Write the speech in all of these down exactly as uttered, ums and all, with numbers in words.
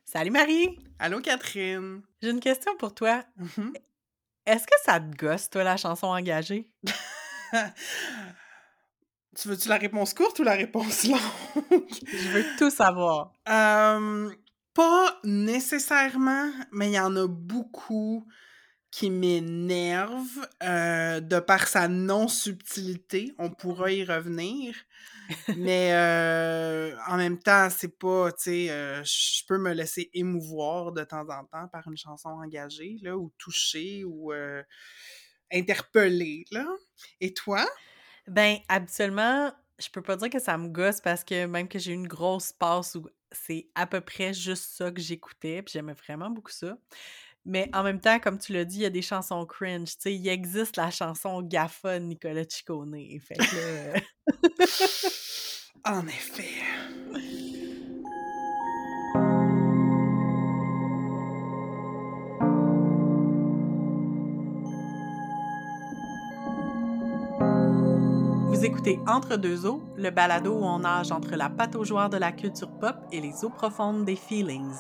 Salut Marie! Allô, Catherine? J'ai une question pour toi. Mmh Est-ce que ça te gosse, toi, la chanson engagée? Tu veux-tu la réponse courte ou la réponse longue? Je veux tout savoir. Hem, Pas nécessairement, mais il y en a beaucoup qui m'énervent, heu, de par sa non-subtilité. On pourra y revenir, mais heu, en même temps, c'est pas, tu sais, heu, je peux me laisser émouvoir de temps en temps par une chanson engagée, là, ou toucher ou heu, interpellée, là. Et toi? Ben, habituellement, je peux pas dire que ça me gosse parce que même que j'ai eu une grosse passe où c'est à peu près juste ça que j'écoutais, puis j'aimais vraiment beaucoup ça. Mais en même temps, comme tu l'as dit, il y a des chansons cringe. Tu sais, il existe la chanson Gaffa de Nicolas Ciccone. Fait que là, En effet. vous écoutez Entre deux eaux, le balado où on nage entre la pataugeoire de la culture pop et les eaux profondes des feelings.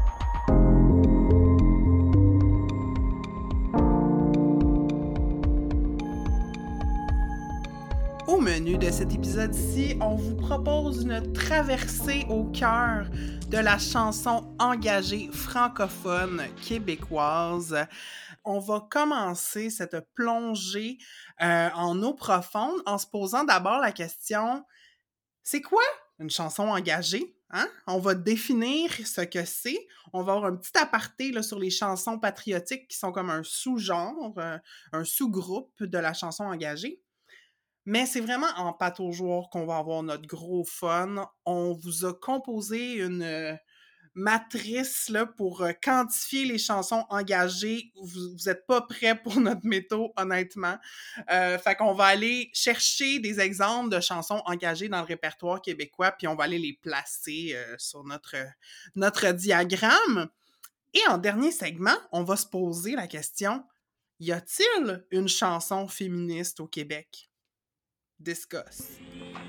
Au menu de cet épisode-ci, on vous propose une traversée au cœur de la chanson engagée francophone québécoise. On va commencer cette plongée euh, en eau profonde en se posant d'abord la question, c'est quoi une chanson engagée? Hein? On va définir ce que c'est. On va avoir un petit aparté là, sur les chansons patriotiques qui sont comme un sous-genre, euh, un sous-groupe de la chanson engagée. Mais c'est vraiment en pataugeoire qu'on va avoir notre gros fun. On vous a composé une euh, matrice là, pour euh, quantifier les chansons engagées. Vous, vous êtes pas prêts pour notre métaux, honnêtement. Euh, fait qu'on va aller chercher des exemples de chansons engagées dans le répertoire québécois, puis on va aller les placer euh, sur notre, notre diagramme. Et en dernier segment, on va se poser la question, y a-t-il une chanson féministe au Québec? Discuss.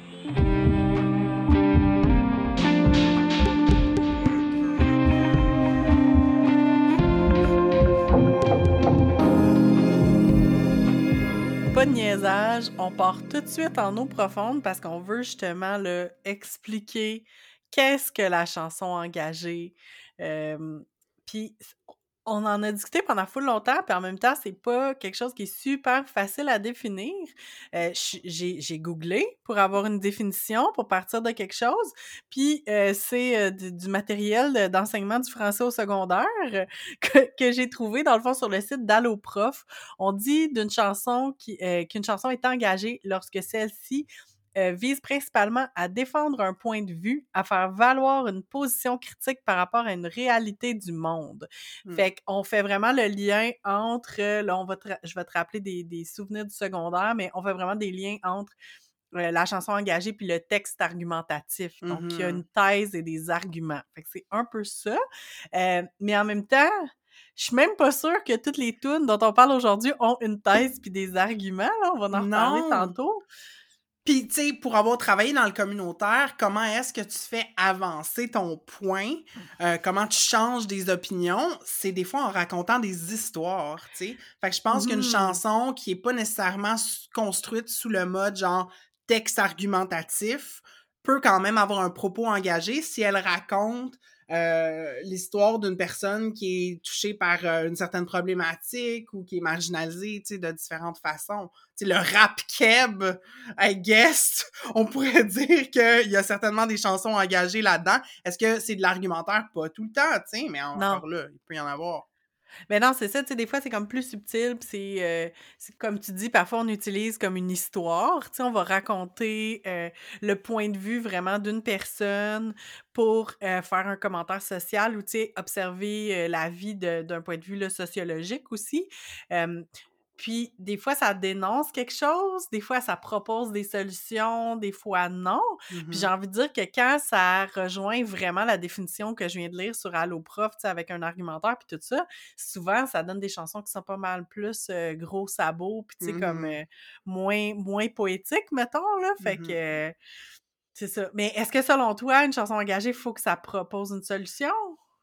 Pas de niaisage, on part tout de suite en eau profonde parce qu'on veut justement là, expliquer qu'est-ce que la chanson engagée. Euh, Puis on en a discuté pendant full longtemps, puis en même temps, c'est pas quelque chose qui est super facile à définir. Euh, j- j'ai, j'ai googlé pour avoir une définition, pour partir de quelque chose, puis euh, c'est euh, du, du matériel de- d'enseignement du français au secondaire euh, que, que j'ai trouvé dans le fond sur le site d'AlloProf. On dit d'une chanson qui, euh, qu'une chanson est engagée lorsque celle-ci euh, vise principalement à défendre un point de vue, à faire valoir une position critique par rapport à une réalité du monde. Hmm. Fait qu'on fait vraiment le lien entre, euh, là, on va te, je vais te rappeler des, des souvenirs du secondaire, mais on fait vraiment des liens entre euh, la chanson engagée puis le texte argumentatif. Donc, il y a Mhm. une thèse et des arguments. Fait que c'est un peu ça. Euh, mais en même temps, je suis même pas sûre que toutes les tunes dont on parle aujourd'hui ont une thèse puis des arguments. Là, on va en reparler Non. tantôt. Puis, tu sais, pour avoir travaillé dans le communautaire, comment est-ce que tu fais avancer ton point? Euh, comment tu changes des opinions? C'est des fois en racontant des histoires, tu sais. Fait que je pense qu'une Mhm. chanson qui est pas nécessairement s- construite sous le mode genre texte argumentatif peut quand même avoir un propos engagé si elle raconte euh, l'histoire d'une personne qui est touchée par euh, une certaine problématique ou qui est marginalisée, tu sais, de différentes façons. Tu sais, le rap keb, I guess, on pourrait dire qu'il y a certainement des chansons engagées là-dedans. Est-ce que c'est de l'argumentaire? Pas tout le temps, tu sais, mais Non. encore là, il peut y en avoir. Mais non, c'est ça, tu sais, des fois, c'est comme plus subtil, puis c'est, euh, c'est comme tu dis, parfois on utilise comme une histoire, tu sais, on va raconter euh, le point de vue vraiment d'une personne pour euh, faire un commentaire social ou, tu sais, observer euh, la vie de- d'un point de vue là, sociologique aussi. Euh, Puis, des fois, ça dénonce quelque chose, des fois, ça propose des solutions, des fois, non. Puis j'ai Mhm. envie de dire que quand ça rejoint vraiment la définition que je viens de lire sur AlloProf, tu sais, avec un argumentaire puis tout ça, souvent, ça donne des chansons qui sont pas mal plus euh, gros sabots, puis tu sais, comme Mhm. euh, moins, moins poétiques, mettons, là. Fait que Mhm. euh, c'est ça. Mais est-ce que selon toi, une chanson engagée, il faut que ça propose une solution?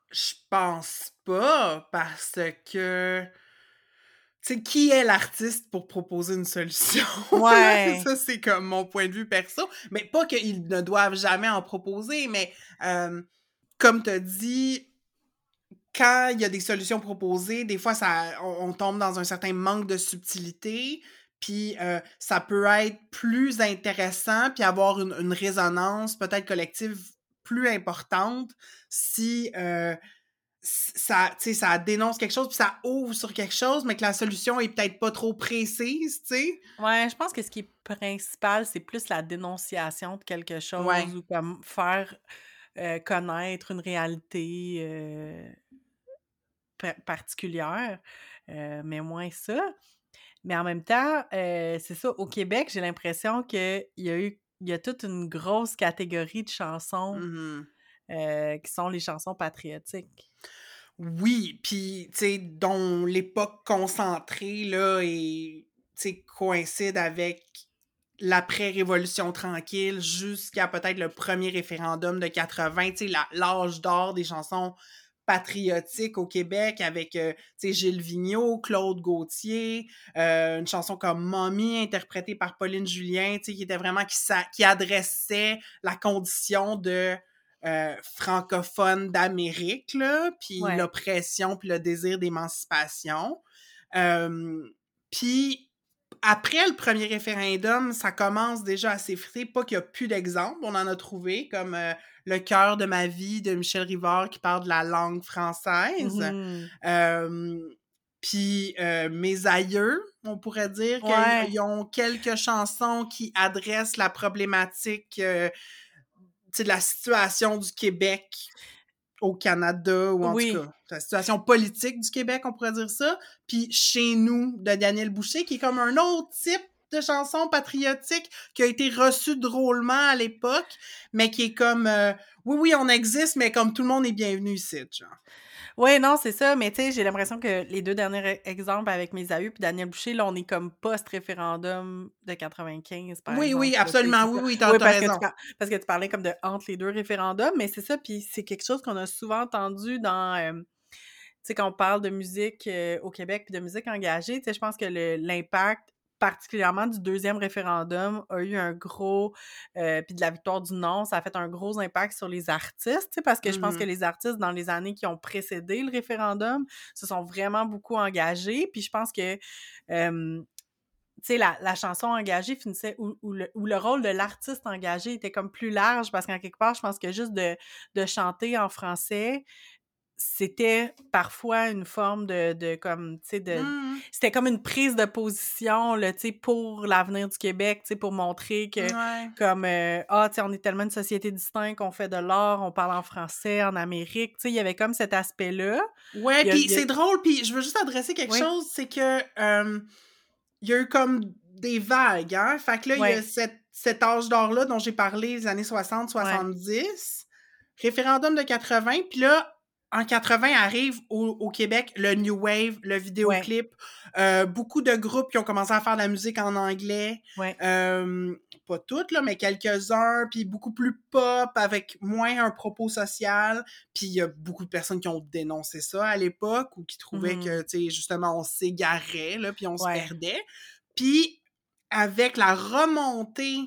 Je pense pas parce que tu sais, qui est l'artiste pour proposer une solution, là? Ouais. Ça, c'est comme mon point de vue perso, mais pas qu'ils ne doivent jamais en proposer, mais hem, comme tu as dit, quand il y a des solutions proposées, des fois, ça on on tombe dans un certain manque de subtilité, puis heu, ça peut être plus intéressant, puis avoir une une résonance peut-être collective plus importante si, heu, s ça tu sais, ça dénonce quelque chose, puis ça ouvre sur quelque chose, mais que la solution est peut-être pas trop précise, tu sais? Ouais, je pense que ce qui est principal, c'est plus la dénonciation de quelque Ouais. chose ou comme faire, heu, connaître une réalité, heu, pa particulière, heu, mais moins ça. Mais en même temps, heu, c'est ça, au Québec, j'ai l'impression qu'il y a eu il y a toute une grosse catégorie de chansons, Mmh. heu, qui sont les chansons patriotiques. Oui, puis tu sais, dont l'époque concentrée là et tu sais, coïncide avec l'après-révolution tranquille jusqu'à peut-être le premier référendum de quatre-vingts, tu sais, la l'âge d'or des chansons patriotiques au Québec avec, heu, tu sais, Gilles Vigneault, Claude Gauthier, heu, une chanson comme «Mommy» interprétée par Pauline Julien, tu sais, qui était vraiment qui s'a qui adressait la condition de euh, francophone d'Amérique, là, puis Ouais. l'oppression, puis le désir d'émancipation. Euh, puis après le premier référendum, ça commence déjà à s'effriter. Pas qu'il n'y a plus d'exemples, on en a trouvé, comme euh, Le cœur de ma vie de Michel Rivard qui parle de la langue française. Mmh. Euh, puis euh, Mes aïeux, on pourrait dire Ouais. qu'ils ont quelques chansons qui adressent la problématique euh, tu sais, de la situation du Québec au Canada, ou en tout Oui. cas, la situation politique du Québec, on pourrait dire ça. Puis Chez nous, de Daniel Boucher, qui est comme un autre type de chanson patriotique qui a été reçu drôlement à l'époque, mais qui est comme, euh, oui, oui, on existe, mais comme tout le monde est bienvenu ici, genre. Ouais, non, c'est ça, mais tu sais, j'ai l'impression que les deux derniers e exemples avec Mes aïeux puis Daniel Boucher, là, on est comme post-référendum de quatre-vingt-quinze, par Oui, oui, exemple, là, tu sais, absolument, c'est oui, ça. oui, t'as Oui, as parce que tu raison. par parce que tu parlais comme de entre les deux référendums, mais c'est ça, puis c'est quelque chose qu'on a souvent entendu dans, hem, tu sais, quand on parle de musique, heu, au Québec puis de musique engagée, tu sais, je pense que le l'impact particulièrement du deuxième référendum a eu un gros, heu puis de la victoire du non, ça a fait un gros impact sur les artistes, tu sais, parce que je pense que Mhm. les artistes, dans les années qui ont précédé le référendum, se sont vraiment beaucoup engagés, puis je pense que, hem, tu sais, la la chanson engagée finissait où où le où le rôle de l'artiste engagé était comme plus large parce qu'en quelque part, je pense que juste de de chanter en français, c'était parfois une forme de de comme, tu sais, de Mhm. c'était comme une prise de position, là, tu sais, pour l'avenir du Québec, tu sais, pour montrer que Ouais. comme, heu, ah, tu sais, on est tellement une société distincte, on fait de l'art, on parle en français en Amérique, tu sais, il y avait comme cet aspect-là. Ouais, Il y a puis il y a c'est drôle, puis je veux juste adresser quelque oui, chose, c'est que euh, il y a eu comme des vagues, hein. Fait que là, il y a ouais, cet, cet âge d'or-là dont j'ai parlé, les années soixante ouais, soixante-dix, référendum de quatre-vingts, puis là, en quatre-vingts arrive au, au Québec le New Wave, le ouais, vidéoclip, euh, beaucoup de groupes qui ont commencé à faire de la musique en anglais, ouais, euh, pas toutes, là, mais quelques-uns, puis beaucoup plus pop, avec moins un propos social, puis il y a beaucoup de personnes qui ont dénoncé ça à l'époque, ou qui trouvaient que, mmh tu sais, justement, on s'égarait, là, puis on se ouais, perdait. Puis, avec la remontée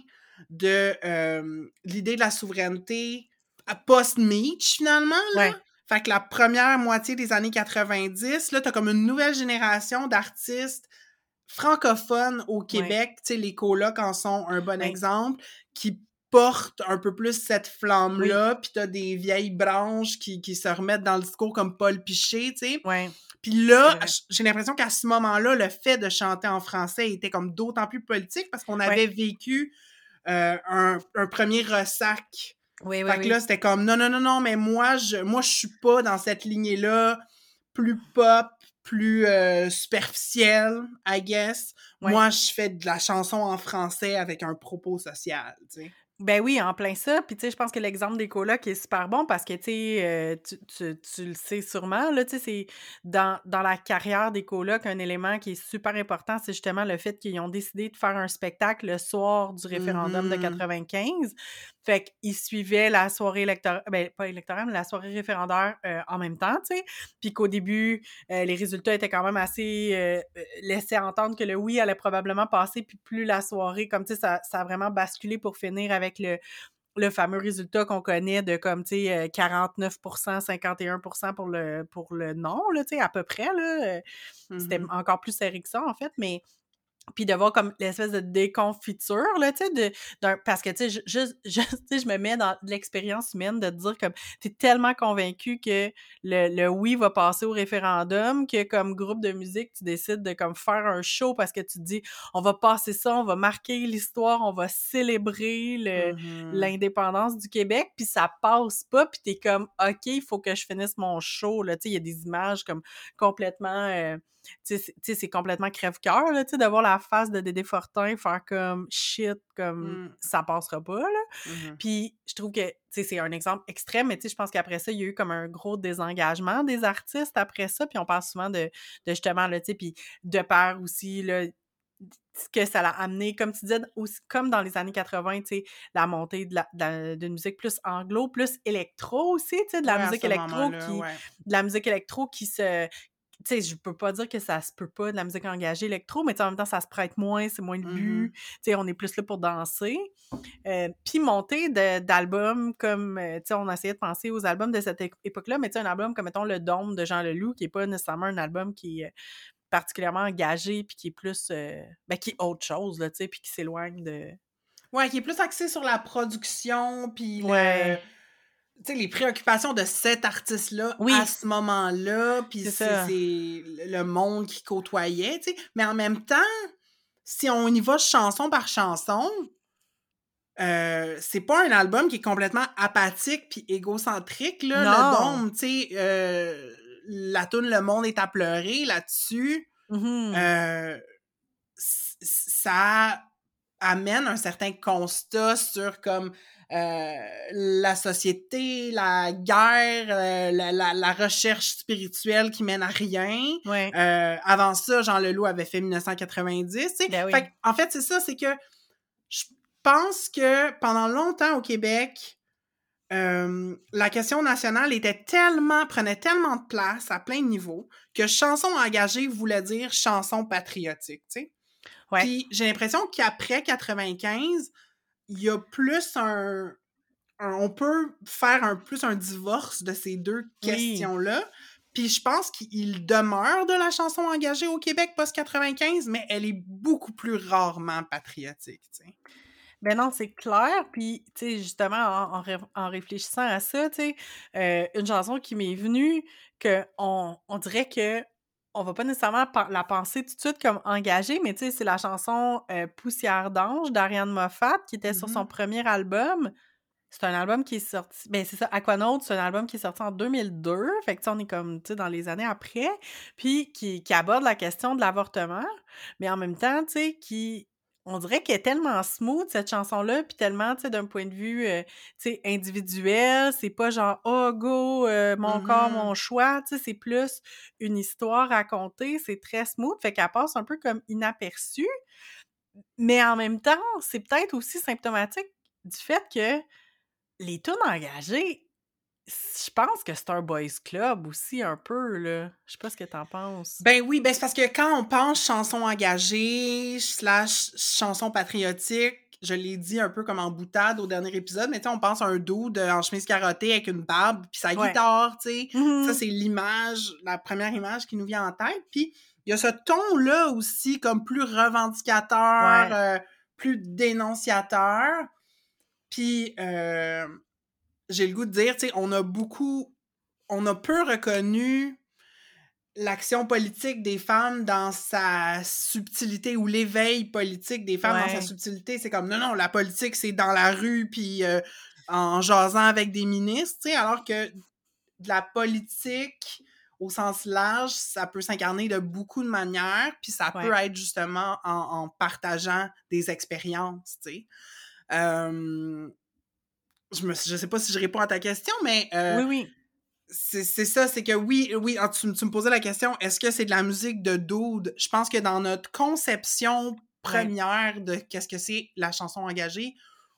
de euh, l'idée de la souveraineté à post-Meach, finalement, ouais, là, fait que la première moitié des années quatre-vingt-dix, là, t'as comme une nouvelle génération d'artistes francophones au ouais, Québec, tu sais, les colocs en sont un bon ouais, exemple, qui portent un peu plus cette oui, flamme-là, puis t'as des vieilles branches qui, qui se remettent dans le discours comme Paul Piché, tu sais. ouais, Puis c'est là, vrai. j'ai l'impression qu'à ce moment-là, le fait de chanter en français était comme d'autant plus politique parce qu'on Ouais, avait vécu euh, un, un premier ressac. oui, oui, Fait que là, oui, c'était comme non, non, non, non, mais moi, je moi, je suis pas dans cette lignée-là, plus pop, plus euh, superficielle, I guess. ouais. Moi, je fais de la chanson en français avec un propos social, tu sais. Ben oui, en plein ça. Puis tu sais, je pense que l'exemple des colocs est super bon parce que tu sais, heu, tu tu tu le sais sûrement là, tu sais, c'est dans dans la carrière des colocs, un élément qui est super important, c'est justement le fait qu'ils ont décidé de faire un spectacle le soir du référendum de Mhm. quatre-vingt-quinze. Fait qu'ils suivaient la soirée électorale, ben pas électorale, mais la soirée référendaire euh, en même temps, tu sais. Puis qu'au début, euh, les résultats étaient quand même assez... Euh, euh, laissaient entendre que le oui allait probablement passer, puis plus la soirée, comme tu sais, ça, ça a vraiment basculé pour finir avec le le fameux résultat qu'on connaît de comme, tu sais, quarante-neuf pour cent, cinquante et un pour cent pour le, pour le non, là, tu sais, à peu près, là. Euh, C'était Mhm. encore plus serré que ça, en fait, mais puis de voir comme l'espèce de déconfiture, là, tu sais, de, d'un, parce que, tu sais, je, juste, juste, tu sais, je me mets dans l'expérience humaine de te dire comme, t'es tellement convaincu que le, le oui va passer au référendum que comme groupe de musique, tu décides de comme faire un show parce que tu te dis, on va passer ça, on va marquer l'histoire, on va célébrer le, Mhm. l'indépendance du Québec, puis ça passe pas, puis t'es comme, OK, il faut que je finisse mon show, là, tu sais, il y a des images comme complètement... Euh, tu sais, c'est complètement crève-cœur, là, tu sais, de voir la face de Dédé Fortin faire comme shit, comme Mhm. ça passera pas, là. Mhm. Puis je trouve que, tu sais, c'est un exemple extrême, mais tu sais, je pense qu'après ça, il y a eu comme un gros désengagement des artistes après ça, puis on parle souvent de, de justement, là, tu sais, puis de part aussi, là, ce que ça l'a amené, comme tu disais, aussi, comme dans les années quatre-vingts, tu sais, la montée de la, de la- d'une musique plus anglo, plus électro aussi, tu sais, de la Ouais, à musique ce électro moment-là, qui, ouais. de la musique électro qui se, tu sais, je peux pas dire que ça se peut pas de la musique engagée électro, mais en même temps, ça se prête moins, c'est moins le but. Mhm. Tu sais, on est plus là pour danser. Euh, Puis monter de, d'albums comme, euh, tu sais, on essayait de penser aux albums de cette é- époque-là, mais tu sais, un album comme, mettons, Le Dôme de Jean Leloup, qui est pas nécessairement un album qui est euh, particulièrement engagé, puis qui est plus, euh, ben, qui est autre chose, là, tu sais, puis qui s'éloigne de... Ouais, qui est plus axé sur la production, puis le... Ouais, Tu sais, les préoccupations de cet artiste-là à oui, ce moment-là, puis c'est c'est ça. c'est le monde qui côtoyait, tu sais. Mais en même temps, si on y va chanson par chanson, euh, c'est pas un album qui est complètement apathique puis égocentrique, là. Le Non! Dôme, tu sais, euh, la toune Le Monde est à pleurer là-dessus, Mhm. euh, c- ça amène un certain constat sur comme euh, la société, la guerre, euh, la, la, la recherche spirituelle qui mène à rien. Ouais, Euh, avant ça, Jean Leloup avait fait dix-neuf cent quatre-vingt-dix. Tu sais. ben Fait oui. que, en fait, c'est ça, c'est que je pense que pendant longtemps au Québec, euh, la question nationale était tellement, prenait tellement de place à plein de niveaux que chanson engagée voulait dire chanson patriotique, tu sais. Ouais, Puis j'ai l'impression qu'après quatre-vingt-quinze, il y a plus un, un- on peut faire un plus un divorce de ces deux oui. questions-là. Puis je pense qu'il demeure de la chanson engagée au Québec post quatre-vingt-quinze, mais elle est beaucoup plus rarement patriotique, tu sais. Ben non, c'est clair. Puis, tu sais, justement, en, en ré- en réfléchissant à ça, tu sais, euh, une chanson qui m'est venue, que on, on dirait que on va pas nécessairement pa- la penser tout de suite comme engagée, mais tu sais, c'est la chanson euh, Poussière d'ange d'Ariane Moffat, qui était sur son Mhm. premier album. C'est un album qui est sorti, ben c'est ça, Aquanaut, c'est un album qui est sorti en deux mille deux, fait que tu sais, on est comme, tu sais, dans les années après, puis qui, qui aborde la question de l'avortement, mais en même temps, tu sais, qui, on dirait qu'elle est tellement smooth, cette chanson-là, puis tellement, tu sais, d'un point de vue, euh, tu sais, individuel, c'est pas genre, oh, go, euh, mon corps, Mhm. mon choix, tu sais, c'est plus une histoire racontée, c'est très smooth, fait qu'elle passe un peu comme inaperçue, mais en même temps, c'est peut-être aussi symptomatique du fait que les tunes engagées, je pense que c'est un boys club aussi un peu, là. Je sais pas ce que t'en penses. Ben oui, ben c'est parce que quand on pense chanson engagée, slash chanson patriotique, je l'ai dit un peu comme en boutade au dernier épisode, mais tu sais, on pense à un dude en chemise carottée avec une barbe puis sa Ouais. guitare, tu sais. Ça, Mhm. c'est l'image, la première image qui nous vient en tête. Puis il y a ce ton-là aussi, comme plus revendicateur, Ouais. euh, plus dénonciateur. Puis euh, j'ai le goût de dire, tu sais, on a beaucoup, on a peu reconnu l'action politique des femmes dans sa subtilité ou l'éveil politique des femmes dans sa Ouais. subtilité. C'est comme, non, non, la politique, c'est dans la rue, puis euh, en jasant avec des ministres, tu sais, alors que de la politique, au sens large, ça peut s'incarner de beaucoup de manières, puis ça peut Ouais. être justement en, en partageant des expériences, tu sais. Euh, je, me, je sais pas si je réponds à ta question, mais euh, Oui, oui. c'est c'est ça, c'est que oui, oui, ah, tu, tu me posais la question, est-ce que c'est de la musique de dude? Je pense que dans notre conception Ouais. première de qu'est-ce que c'est la chanson engagée,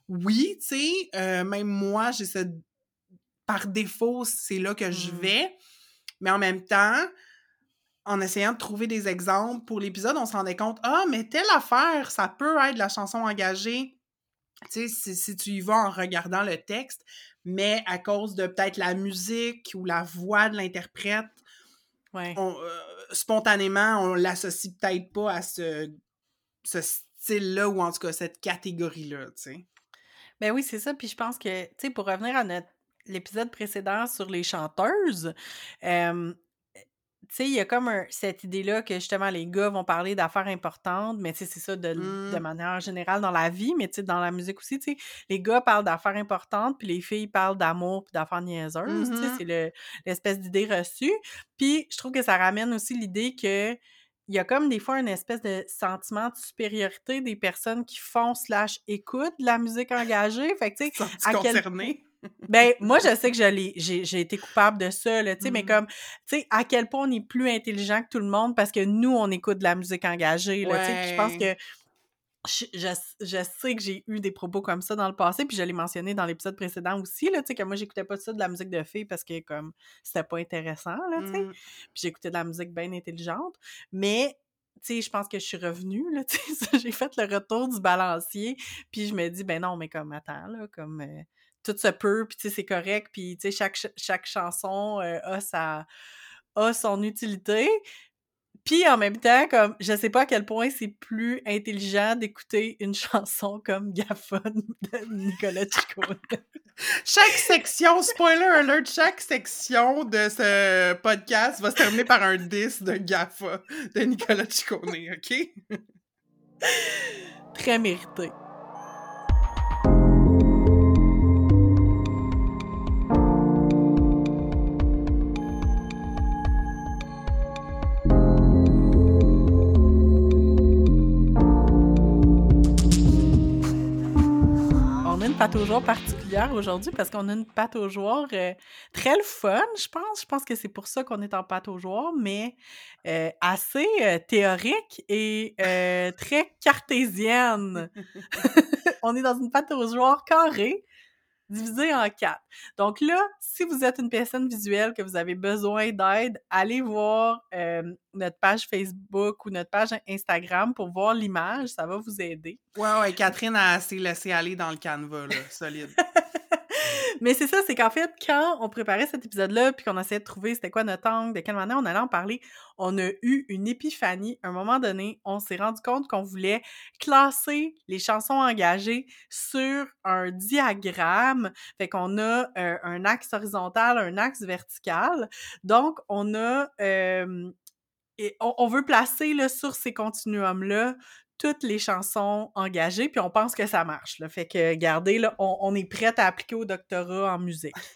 oui, tu sais, euh, même moi, j'ai ce... Par défaut, c'est là que je Mmh. vais. Mais en même temps, en essayant de trouver des exemples pour l'épisode, on se rendait compte, ah, mais telle affaire, ça peut être de la chanson engagée, tu sais, si, si tu y vas en regardant le texte, mais à cause de peut-être la musique ou la voix de l'interprète, Ouais. on, euh, spontanément, on l'associe peut-être pas à ce, ce style-là ou en tout cas cette catégorie-là, tu sais. Ben oui, c'est ça. Puis je pense que, tu sais, pour revenir à notre l'épisode précédent sur les chanteuses, hem, tu sais, il y a comme un cette idée-là que justement les gars vont parler d'affaires importantes, mais tu sais, c'est ça de l de Mmh, manière générale dans la vie, mais tu sais, dans la musique aussi, tu sais, les gars parlent d'affaires importantes, puis les filles parlent d'amour puis d'affaires niaiseuses, tu sais, mhm, c'est le l'espèce d'idée reçue. Puis je trouve que ça ramène aussi l'idée que il y a comme des fois une espèce de sentiment de supériorité des personnes qui font slash écoutent de la musique engagée. Fait que tu tu sais, te sens-tu à quel point concernée? ben, moi, je sais que je l'ai j'ai j'ai été coupable de ça, là, tu sais, mais Mmh. comme, tu sais, à quel point on est plus intelligent que tout le monde parce que nous, on écoute de la musique engagée, là, tu sais, puis je pense Ouais. que je je je sais que j'ai eu des propos comme ça dans le passé, puis je l'ai mentionné dans l'épisode précédent aussi, là, tu sais, que moi, j'écoutais pas ça de la musique de filles parce que, comme, c'était pas intéressant, là, tu sais, Mmh. puis j'écoutais de la musique bien intelligente, mais tu sais, je pense que je suis revenue, là, tu sais, ça, j'ai fait le retour du balancier, puis je me dis: «Ben non, mais comme, attends, là, comme, heu, tout se peut, puis tu sais, c'est correct, puis tu sais, chaque ch chaque chanson, heu, a sa a son utilité». Puis en même temps, comme, je sais pas à quel point c'est plus intelligent d'écouter une chanson comme «Gaffone» de Nicolas Ciccone. Chaque section, spoiler alert, chaque section de ce podcast va se terminer par un diss de Gaffa de Nicolas Ciccone, OK? Très mérité. On a une pâte aux joie particulière aujourd'hui parce qu'on a une pâte aux joie, heu, très le fun, je pense. Je pense que c'est pour ça qu'on est en pâte aux joie, mais heu, assez, heu, théorique et heu, très cartésienne. On est dans une pâte aux joie carrée, divisé en quatre. Donc là, si vous êtes une personne visuelle, que vous avez besoin d'aide, allez voir, hem, notre page Facebook ou notre page Instagram pour voir l'image, ça va vous aider. Ouais, ouais, Catherine a assez laissé aller dans le canevas, là, solide. Mais c'est ça, c'est qu'en fait, quand on préparait cet épisode-là, puis qu'on essayait de trouver c'était quoi notre angle, de quelle manière on allait en parler, on a eu une épiphanie. À un moment donné, on s'est rendu compte qu'on voulait classer les chansons engagées sur un diagramme. Fait qu'on a euh, un axe horizontal, un axe vertical. Donc, on a... euh, et on, on veut placer là, sur ces continuums-là toutes les chansons engagées, puis on pense que ça marche. Là. Fait que, regardez, là, on, on est prête à appliquer au doctorat en musique.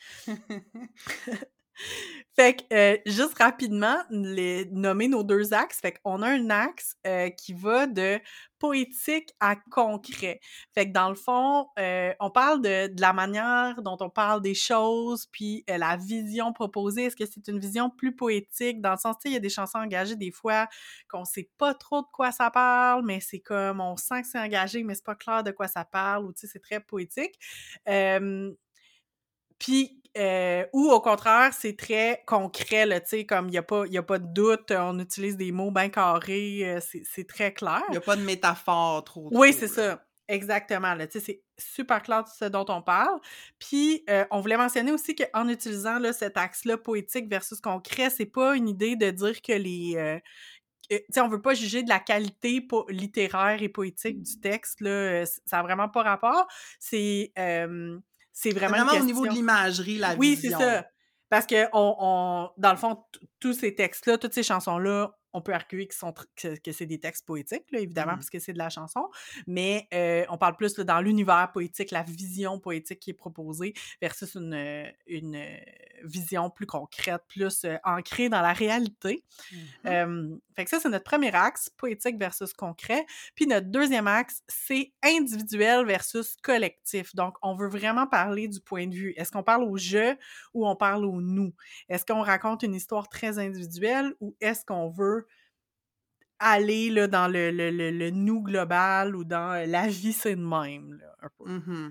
Fait que, euh, juste rapidement, les, nommer nos deux axes. Fait qu'on a un axe euh, qui va de poétique à concret. Fait que dans le fond, euh, on parle de, de la manière dont on parle des choses, puis euh, la vision proposée. Est-ce que c'est une vision plus poétique? Dans le sens, tu sais, il y a des chansons engagées des fois qu'on sait pas trop de quoi ça parle, mais c'est comme, on sent que c'est engagé, mais c'est pas clair de quoi ça parle, ou tu sais, c'est très poétique. Euh, puis, euh, ou au contraire, c'est très concret, là, tu sais, comme il n'y a, pas- y a pas de doute, on utilise des mots bien carrés, euh, c'est c'est très clair. Il n'y a pas de métaphore trop Oui, trop, c'est là. ça, exactement, là, tu sais, c'est super clair ce dont on parle. Puis, euh, on voulait mentionner aussi qu'en utilisant là, cet axe-là poétique versus concret, c'est pas une idée de dire que les... euh, que- tu sais, on veut pas juger de la qualité po- littéraire et poétique du texte, là, euh, c- ça a vraiment pas rapport. C'est... euh, c'est C'est vraiment une vraiment au niveau de question... l'imagerie, la Oui, c'est vision. ça. Parce que on on dans le fond, t tous ces textes-là, toutes ces chansons-là, on peut arguer qu'ils sont tr que que c'est des textes poétiques, là, évidemment, Mmh. parce que c'est de la chanson. Mais, heu, on parle plus, là, dans l'univers poétique, la vision poétique qui est proposée versus une, heu, une, heu, vision plus concrète, plus, heu, ancrée dans la réalité. Mhm. Hem, fait que ça, c'est notre premier axe, poétique versus concret. Puis notre deuxième axe, c'est individuel versus collectif. Donc, on veut vraiment parler du point de vue. Est-ce qu'on parle au «je» ou on parle au «nous»? Est-ce qu'on raconte une histoire très individuelle ou est-ce qu'on veut aller là, dans le, le, le, le nous global ou dans euh, la vie, c'est de même, là, un peu. Mm-hmm.